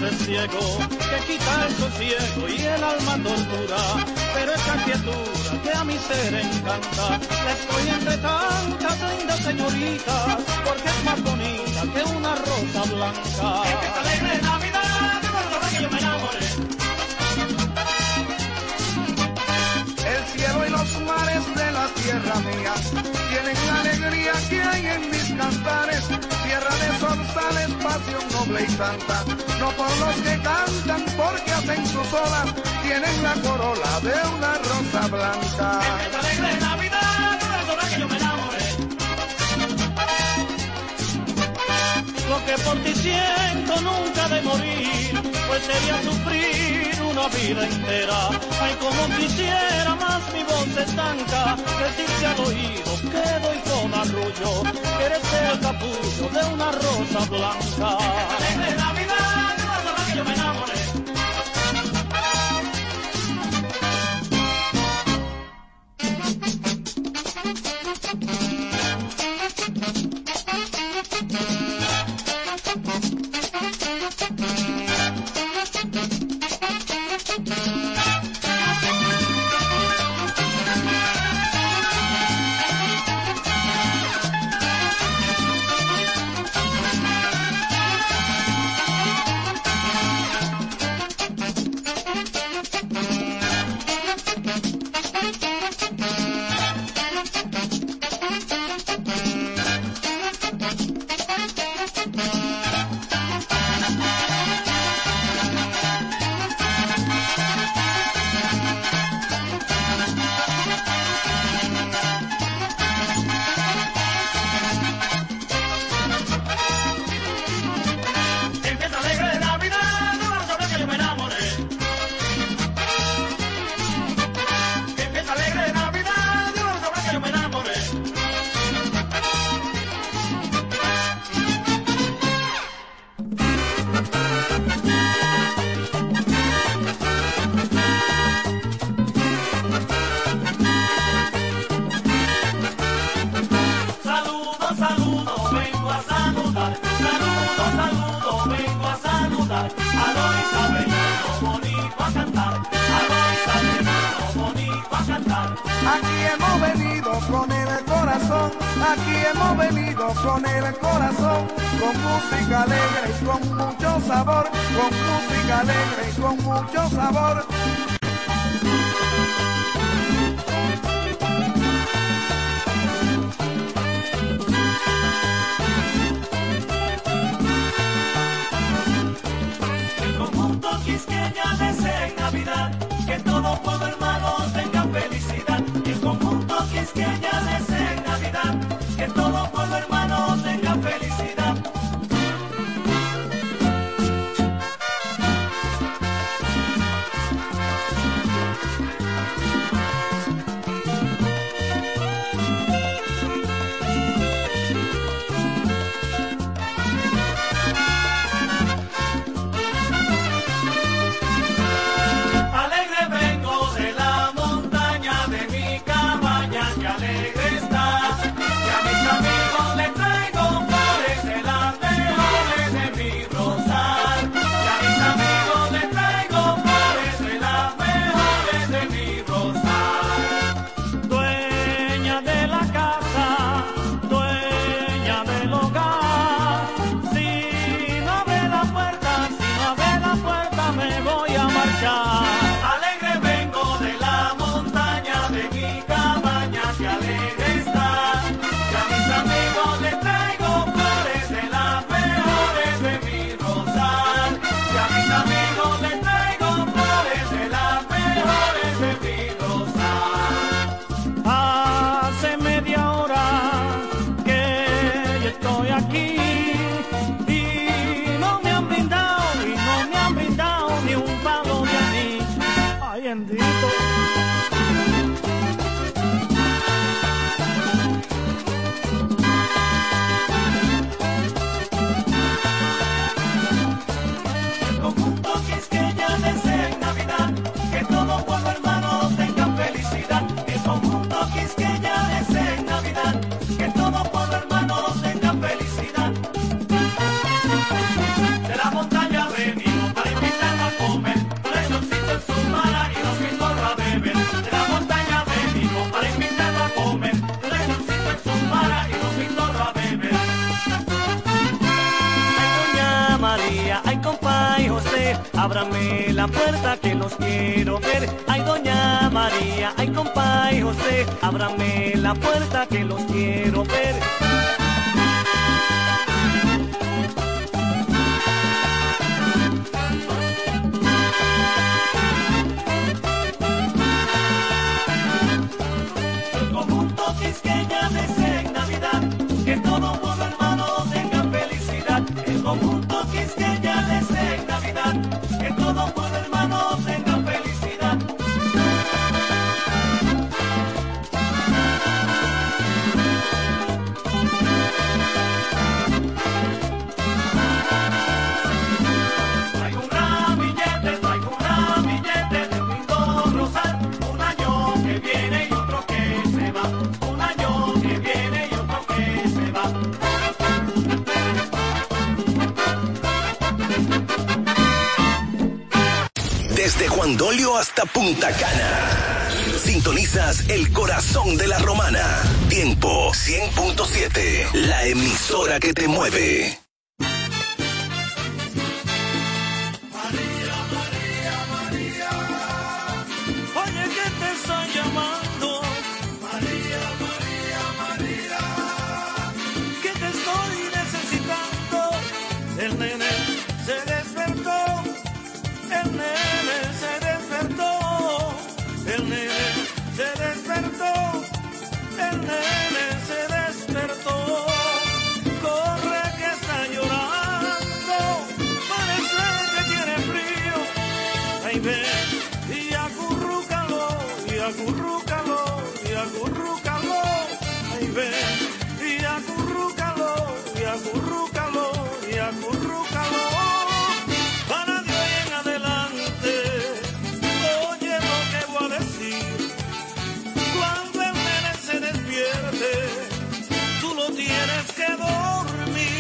hombre ciego que quita el sosiego y el alma tortura, pero esa quietura que a mi ser encanta, la estoy entre tantas lindas señoritas, porque es más bonita que una rosa blanca. Es que esta alegre Navidad, de verdad que yo me enamoré. El cielo y los mares de la tierra mía tienen la alegría que hay en mis cantares. Tierra de zorzales, pasión noble y santa, no por los que cantan porque hacen sus olas, tienen la corola de una rosa blanca. Es que esta alegre Navidad, de verdad que yo me enamoré. Lo que por ti siento nunca de morir, pues sería sufrir una vida entera. Ay, como quisiera más mi voz estanca, decirte al oído que doy con arrullo, que eres el capullo de una rosa blanca. Alegre Navidad, de verdad que yo me enamoré. Aquí hemos venido con el corazón, aquí hemos venido con el corazón, con música alegre y con mucho sabor, con música alegre y con mucho sabor. El conjunto Quisqueya desea en Navidad que todo pueblo hermano tenga felicidad. El conjunto Quisqueya desea en Navidad que todo pueblo hermano tenga felicidad. Alegre vengo de la montaña de mi cabaña que alegre está. Y a mis amigos les traigo flores de las mejores de mi rosal. Y a mis amigos les traigo flores de las mejores de mi rosal. Hace media hora que yo estoy aquí y no me han brindado, y no me han brindado ni un palo de anís. Ay, bendito. El conjunto Quisqueya desea en Navidad que todo pueblo hermano tenga felicidad. El conjunto Quisqueya desea en Navidad que todo pueblo hermano tenga felicidad. De la montaña venimos para ábrame la puerta que los quiero ver. Ay, doña María, ay, compa y José, ábrame la puerta que los quiero ver. El conjunto Quisqueya desea en Navidad que todo pueblo hermano tenga felicidad. El conjunto Quisqueya desea en Navidad que todo pueblo hermano tenga felicidad. Traigo un ramillete, traigo un ramillete de un lindo rosal. Un año que viene y otro que se va. Un año que viene y otro que se va. Desde Juan Dolio hasta Punta Cana. Sintonizas el corazón de la romana. Tiempo cien punto siete. La emisora que te mueve. Oye, que te estoy llamando. María, María, María. Que te estoy necesitando. El nene se despertó. El nene se despertó. El nene se despertó. El nene se despertó. Corre que está llorando. Parece que tiene frío. Ahí ven y acurrúcalo, y acurrúcalo, y acurrúcalo. Ahí ven y acurrúcalo, y acurrúcalo, y acurrúcalo. Para de hoy en adelante, oye lo que voy a decir. Cuando el nene se despierte, tú lo tienes que dormir.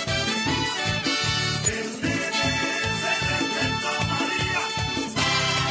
El nene se despertó, María.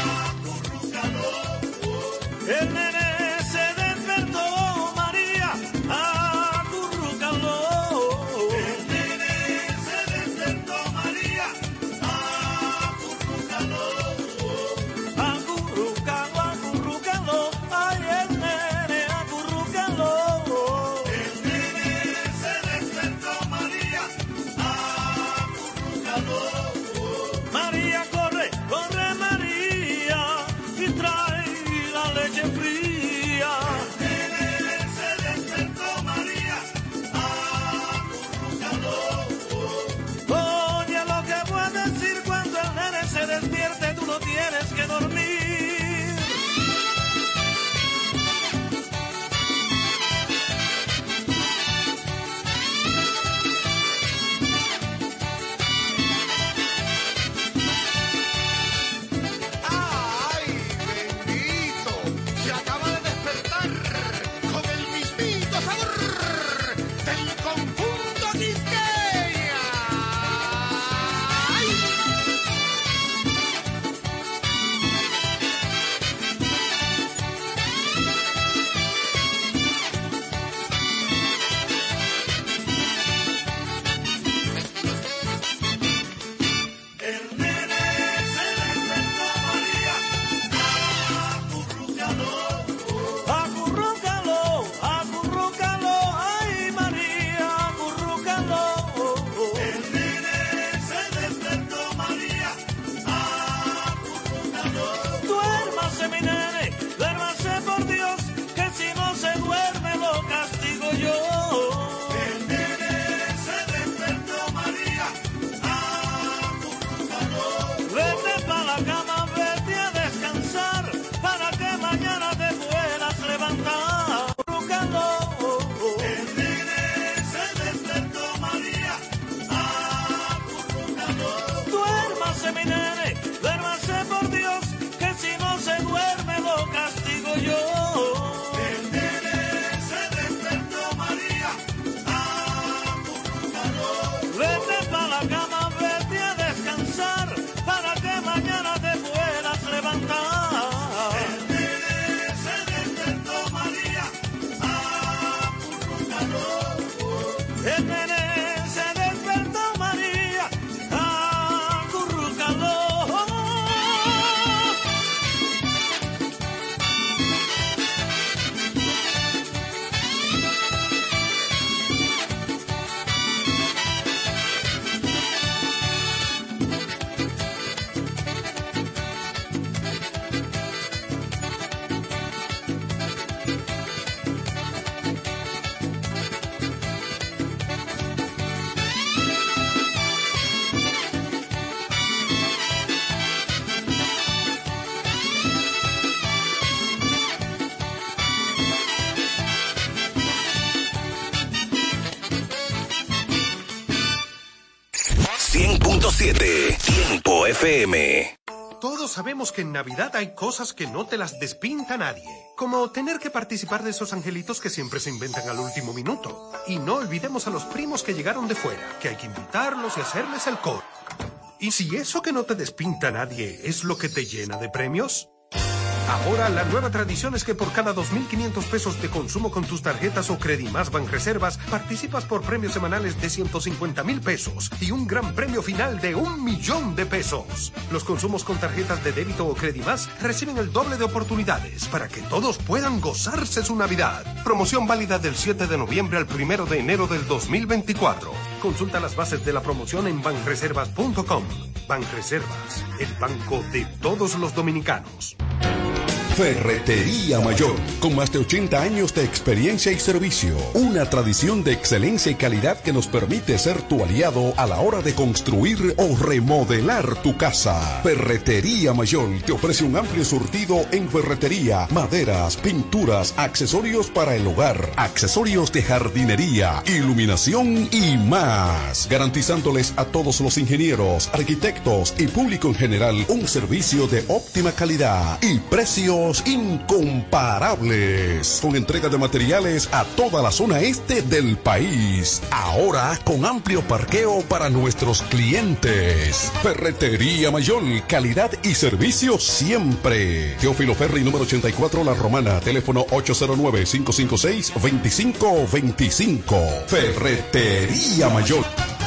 cien punto siete. Tiempo F M. Todos sabemos que en Navidad hay cosas que no te las despinta nadie, como tener que participar de esos angelitos que siempre se inventan al último minuto. Y no olvidemos a los primos que llegaron de fuera, que hay que invitarlos y hacerles el coro. ¿Y si eso que no te despinta nadie es lo que te llena de premios? Ahora la nueva tradición es que por cada dos mil quinientos pesos de consumo con tus tarjetas o Credimás Banreservas, participas por premios semanales de ciento cincuenta mil pesos y un gran premio final de un millón de pesos. Los consumos con tarjetas de débito o Credimás reciben el doble de oportunidades para que todos puedan gozarse su Navidad. Promoción válida del siete de noviembre al primero de enero del dos mil veinticuatro. Consulta las bases de la promoción en banreservas punto com. Banreservas, el banco de todos los dominicanos. Ferretería Mayor, con más de ochenta años de experiencia y servicio. Una tradición de excelencia y calidad que nos permite ser tu aliado a la hora de construir o remodelar tu casa. Ferretería Mayor te ofrece un amplio surtido en ferretería, maderas, pinturas, accesorios para el hogar, accesorios de jardinería, iluminación y más. Garantizándoles a todos los ingenieros, arquitectos y público en general un servicio de óptima calidad y precio incomparables, con entrega de materiales a toda la zona este del país, ahora con amplio parqueo para nuestros clientes. Ferretería Mayor, calidad y servicio siempre. Teófilo Ferri, número ochenta y cuatro, La Romana, teléfono ocho cero nueve, cinco cinco seis, dos cinco dos cinco. Ferretería Mayor.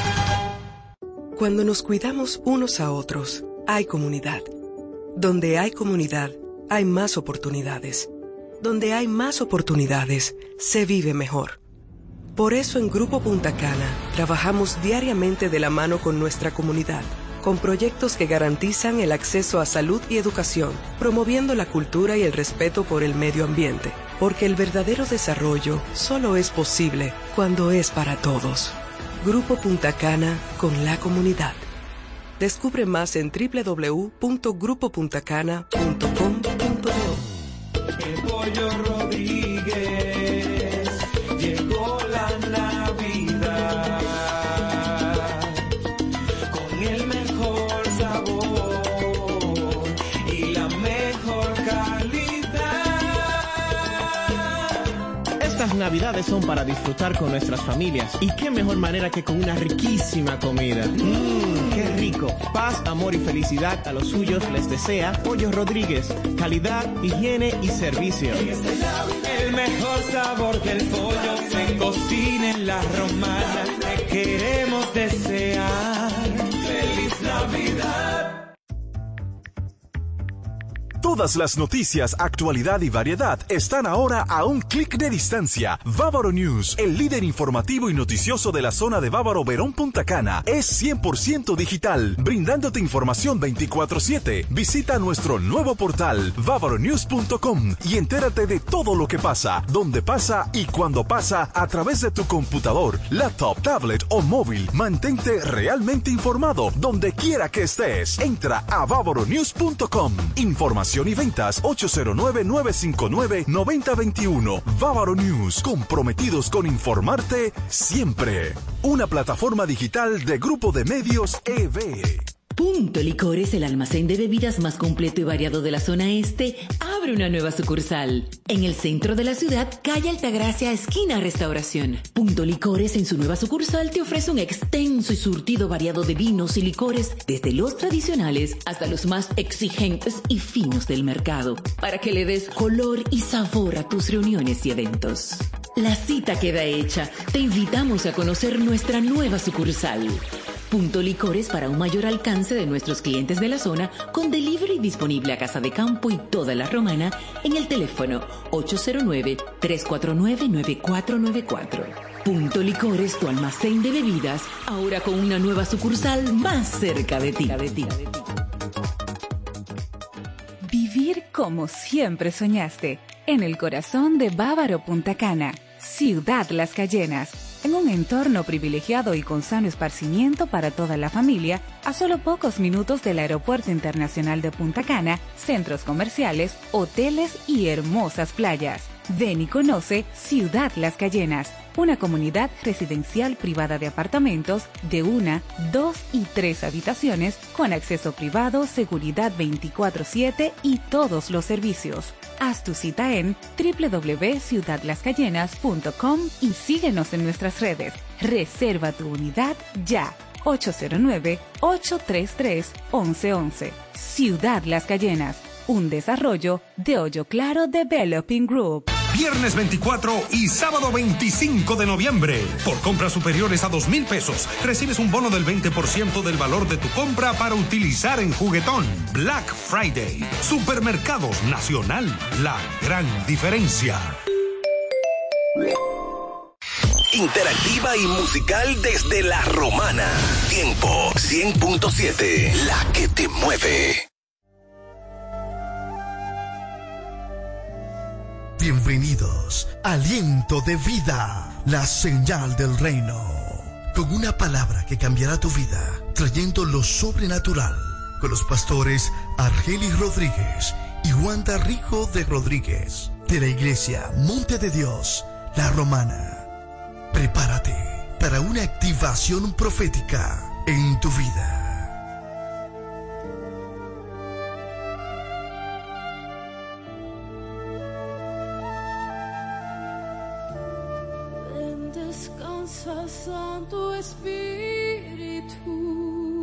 Cuando nos cuidamos unos a otros, hay comunidad. Donde hay comunidad, hay más oportunidades. Donde hay más oportunidades, se vive mejor. Por eso en Grupo Punta Cana trabajamos diariamente de la mano con nuestra comunidad, con proyectos que garantizan el acceso a salud y educación, promoviendo la cultura y el respeto por el medio ambiente, porque el verdadero desarrollo solo es posible cuando es para todos. Grupo Punta Cana con la comunidad. Descubre más en doble u doble u doble u punto grupo punta cana punto com punto do. El Pollo Rodríguez, llegó la Navidad con el mejor sabor y la mejor calidad. Estas Navidades son para disfrutar con nuestras familias y qué mejor manera que con una riquísima comida. Mmm, qué rico. Paz, amor y felicidad a los suyos les desea Pollo Rodríguez. Calidad, higiene y servicio. El mejor sabor del pollo se cocina en La Romana. Te queremos desear feliz Navidad. Todas las noticias, actualidad y variedad están ahora a un clic de distancia. Bávaro News, el líder informativo y noticioso de la zona de Bávaro Verón Punta Cana, es cien por ciento digital, brindándote información veinticuatro siete. Visita nuestro nuevo portal, bávaro news punto com, y entérate de todo lo que pasa, dónde pasa y cuándo pasa a través de tu computador, laptop, tablet o móvil. Mantente realmente informado donde quiera que estés. Entra a bávaro news punto com. Información y ventas ocho cero nueve, nueve cinco nueve, nueve cero dos uno. Bávaro News, comprometidos con informarte siempre. Una plataforma digital de Grupo de Medios E V. Punto Licores, el almacén de bebidas más completo y variado de la zona este, abre una nueva sucursal. En el centro de la ciudad, calle Altagracia, esquina Restauración. Punto Licores en su nueva sucursal te ofrece un extenso y surtido variado de vinos y licores, desde los tradicionales hasta los más exigentes y finos del mercado, para que le des color y sabor a tus reuniones y eventos. La cita queda hecha. Te invitamos a conocer nuestra nueva sucursal. Punto Licores, para un mayor alcance de nuestros clientes de la zona, con delivery disponible a Casa de Campo y toda la Romana en el teléfono ocho cero nueve, tres cuatro nueve, nueve cuatro nueve cuatro. Punto Licores, tu almacén de bebidas, ahora con una nueva sucursal más cerca de ti. Vivir como siempre soñaste, en el corazón de Bávaro Punta Cana, Ciudad Las Cayenas. En un entorno privilegiado y con sano esparcimiento para toda la familia, a solo pocos minutos del Aeropuerto Internacional de Punta Cana, centros comerciales, hoteles y hermosas playas. Ven y conoce Ciudad Las Cayenas, una comunidad residencial privada de apartamentos de una, dos y tres habitaciones con acceso privado, seguridad veinticuatro siete y todos los servicios. Haz tu cita en doble u doble u doble u punto ciudad las cayenas punto com y síguenos en nuestras redes. Reserva tu unidad ya. ocho cero nueve, ocho tres tres, once once. Ciudad Las Cayenas, un desarrollo de Hoyo Claro Developing Group. Viernes veinticuatro y sábado veinticinco de noviembre. Por compras superiores a dos mil pesos, recibes un bono del veinte por ciento del valor de tu compra para utilizar en Juguetón. Black Friday. Supermercados Nacional. La gran diferencia. Interactiva y musical desde La Romana. Tiempo cien punto siete. La que te mueve. Bienvenidos a Aliento de Vida, la señal del reino. Con una palabra que cambiará tu vida, trayendo lo sobrenatural. Con los pastores Argelis Rodríguez y Wanda Rico de Rodríguez. De la iglesia Monte de Dios, La Romana. Prepárate para una activación profética en tu vida. Ven, descansa, Santo Espíritu.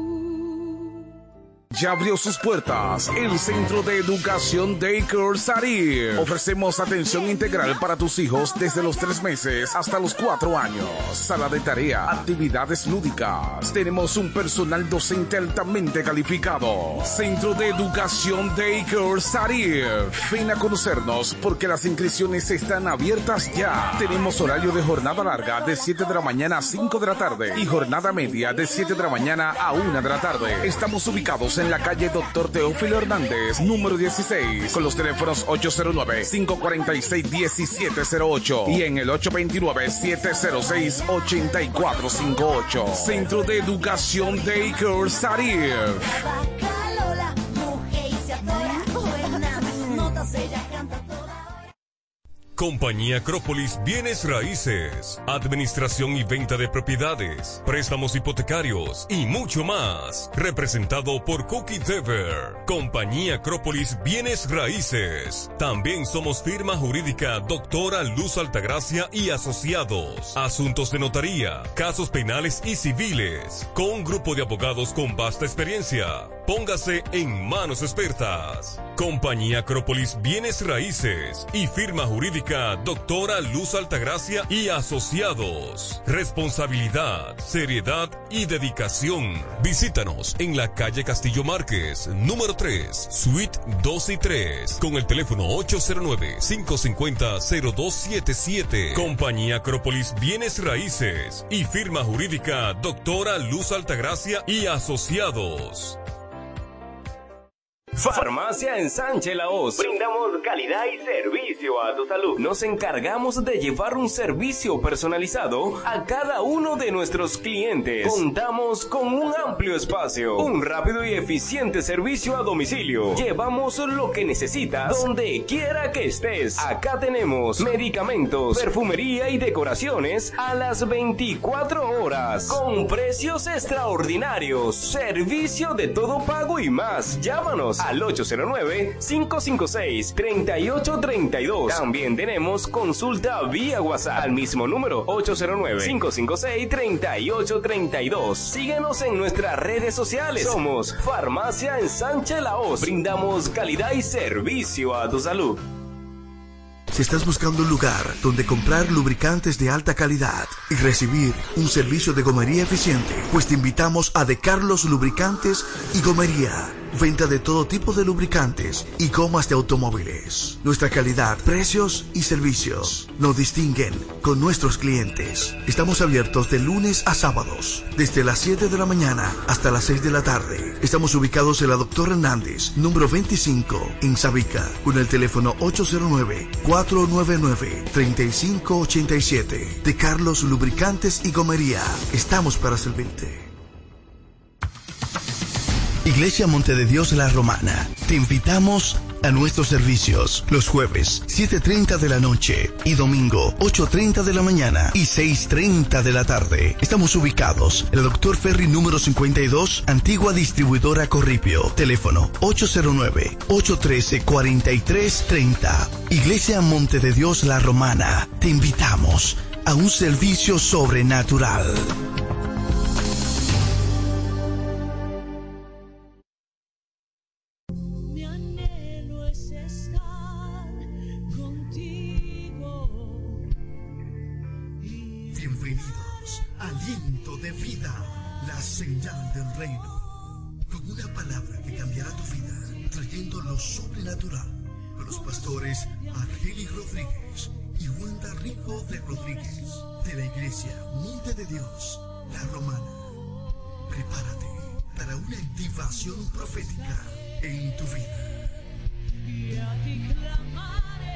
Ya abrió sus puertas el Centro de Educación Daycare Sarir. Ofrecemos atención integral para tus hijos desde los tres meses hasta los cuatro años. Sala de tarea, actividades lúdicas. Tenemos un personal docente altamente calificado. Centro de Educación Daycare Sarir. Ven a conocernos porque las inscripciones están abiertas ya. Tenemos horario de jornada larga de siete de la mañana a cinco de la tarde y jornada media de siete de la mañana a una de la tarde. Estamos ubicados en la calle Doctor Teófilo Hernández, número dieciséis, con los teléfonos ocho cero nueve, cinco cuatro seis, uno siete cero ocho y en el ocho dos nueve, siete cero seis, ocho cuatro cinco ocho. Centro de Educación Daycare Sarir. Compañía Acrópolis Bienes Raíces, administración y venta de propiedades, préstamos hipotecarios y mucho más. Representado por Cookie Dever. Compañía Acrópolis Bienes Raíces. También somos firma jurídica Doctora Luz Altagracia y Asociados. Asuntos de notaría, casos penales y civiles. Con un grupo de abogados con vasta experiencia. Póngase en manos expertas. Compañía Acrópolis Bienes Raíces y firma jurídica Doctora Luz Altagracia y Asociados. Responsabilidad, seriedad y dedicación. Visítanos en la calle Castillo Márquez, número tres, suite dos y tres, con el teléfono ocho cero nueve, cinco cinco cero, cero dos siete siete. Compañía Acrópolis Bienes Raíces y firma jurídica Doctora Luz Altagracia y Asociados. Farmacia Ensanche La Hoz. Brindamos calidad y servicio a tu salud. Nos encargamos de llevar un servicio personalizado a cada uno de nuestros clientes. Contamos con un amplio espacio, un rápido y eficiente servicio a domicilio. Llevamos lo que necesitas donde quiera que estés. Acá tenemos medicamentos, perfumería y decoraciones a las veinticuatro horas con precios extraordinarios. Servicio de todo pago y más. Llámanos al ocho cero nueve, cinco cinco seis, tres ocho tres dos. También tenemos consulta vía WhatsApp al mismo número ocho cero nueve, cinco cinco seis, tres ocho tres dos. Síguenos en nuestras redes sociales. Somos Farmacia Ensanche La Hoz. Brindamos calidad y servicio a tu salud. Si estás buscando un lugar donde comprar lubricantes de alta calidad y recibir un servicio de gomería eficiente, pues te invitamos a De Carlos Lubricantes y Gomería. Venta de todo tipo de lubricantes y gomas de automóviles. Nuestra calidad, precios y servicios nos distinguen con nuestros clientes. Estamos abiertos de lunes a sábados, desde las siete de la mañana hasta las seis de la tarde. Estamos ubicados en la Doctor Hernández, número veinticinco, en Sabica, con el teléfono ocho cero nueve, cuatro nueve nueve, tres cinco ocho siete. De Carlos Lubricantes y Gomería. Estamos para servirte. Iglesia Monte de Dios La Romana, te invitamos a nuestros servicios los jueves siete y media de la noche y domingo ocho y media de la mañana y seis y media de la tarde. Estamos ubicados en el Doctor Ferry número cincuenta y dos, antigua distribuidora Corripio. Teléfono ocho cero nueve, ocho uno tres, cuatro tres tres cero. Iglesia Monte de Dios La Romana. Te invitamos a un servicio sobrenatural. Mi anhelo es estar contigo. Bienvenidos a Aliento de Vida, la señal del reino. Con una palabra que cambiará tu vida, trayendo lo sobrenatural. Con los pastores Argeli Rodríguez y Wanda Rico de Rodríguez, de la Iglesia Monte de Dios, La Romana. Prepárate para una activación profética en tu vida. Y a ti clamaré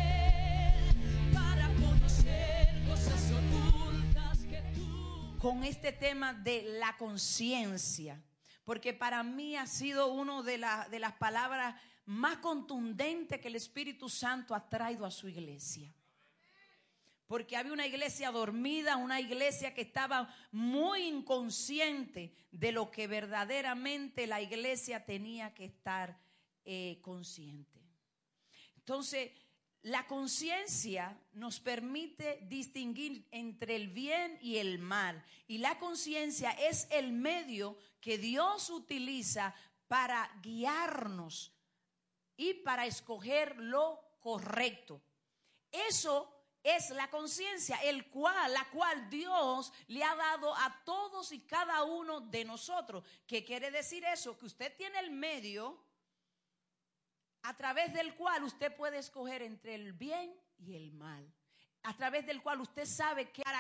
para conocer cosas ocultas que tú. Con este tema de la conciencia, porque para mí ha sido una de, la, de las palabras más contundentes que el Espíritu Santo ha traído a su iglesia. Porque había una iglesia dormida, una iglesia que estaba muy inconsciente de lo que verdaderamente la iglesia tenía que estar eh, consciente. Entonces, la conciencia nos permite distinguir entre el bien y el mal. Y la conciencia es el medio que Dios utiliza para guiarnos y para escoger lo correcto. Eso es la conciencia, el cual, la cual Dios le ha dado a todos y cada uno de nosotros. ¿Qué quiere decir eso? Que usted tiene el medio a través del cual usted puede escoger entre el bien y el mal. A través del cual usted sabe que para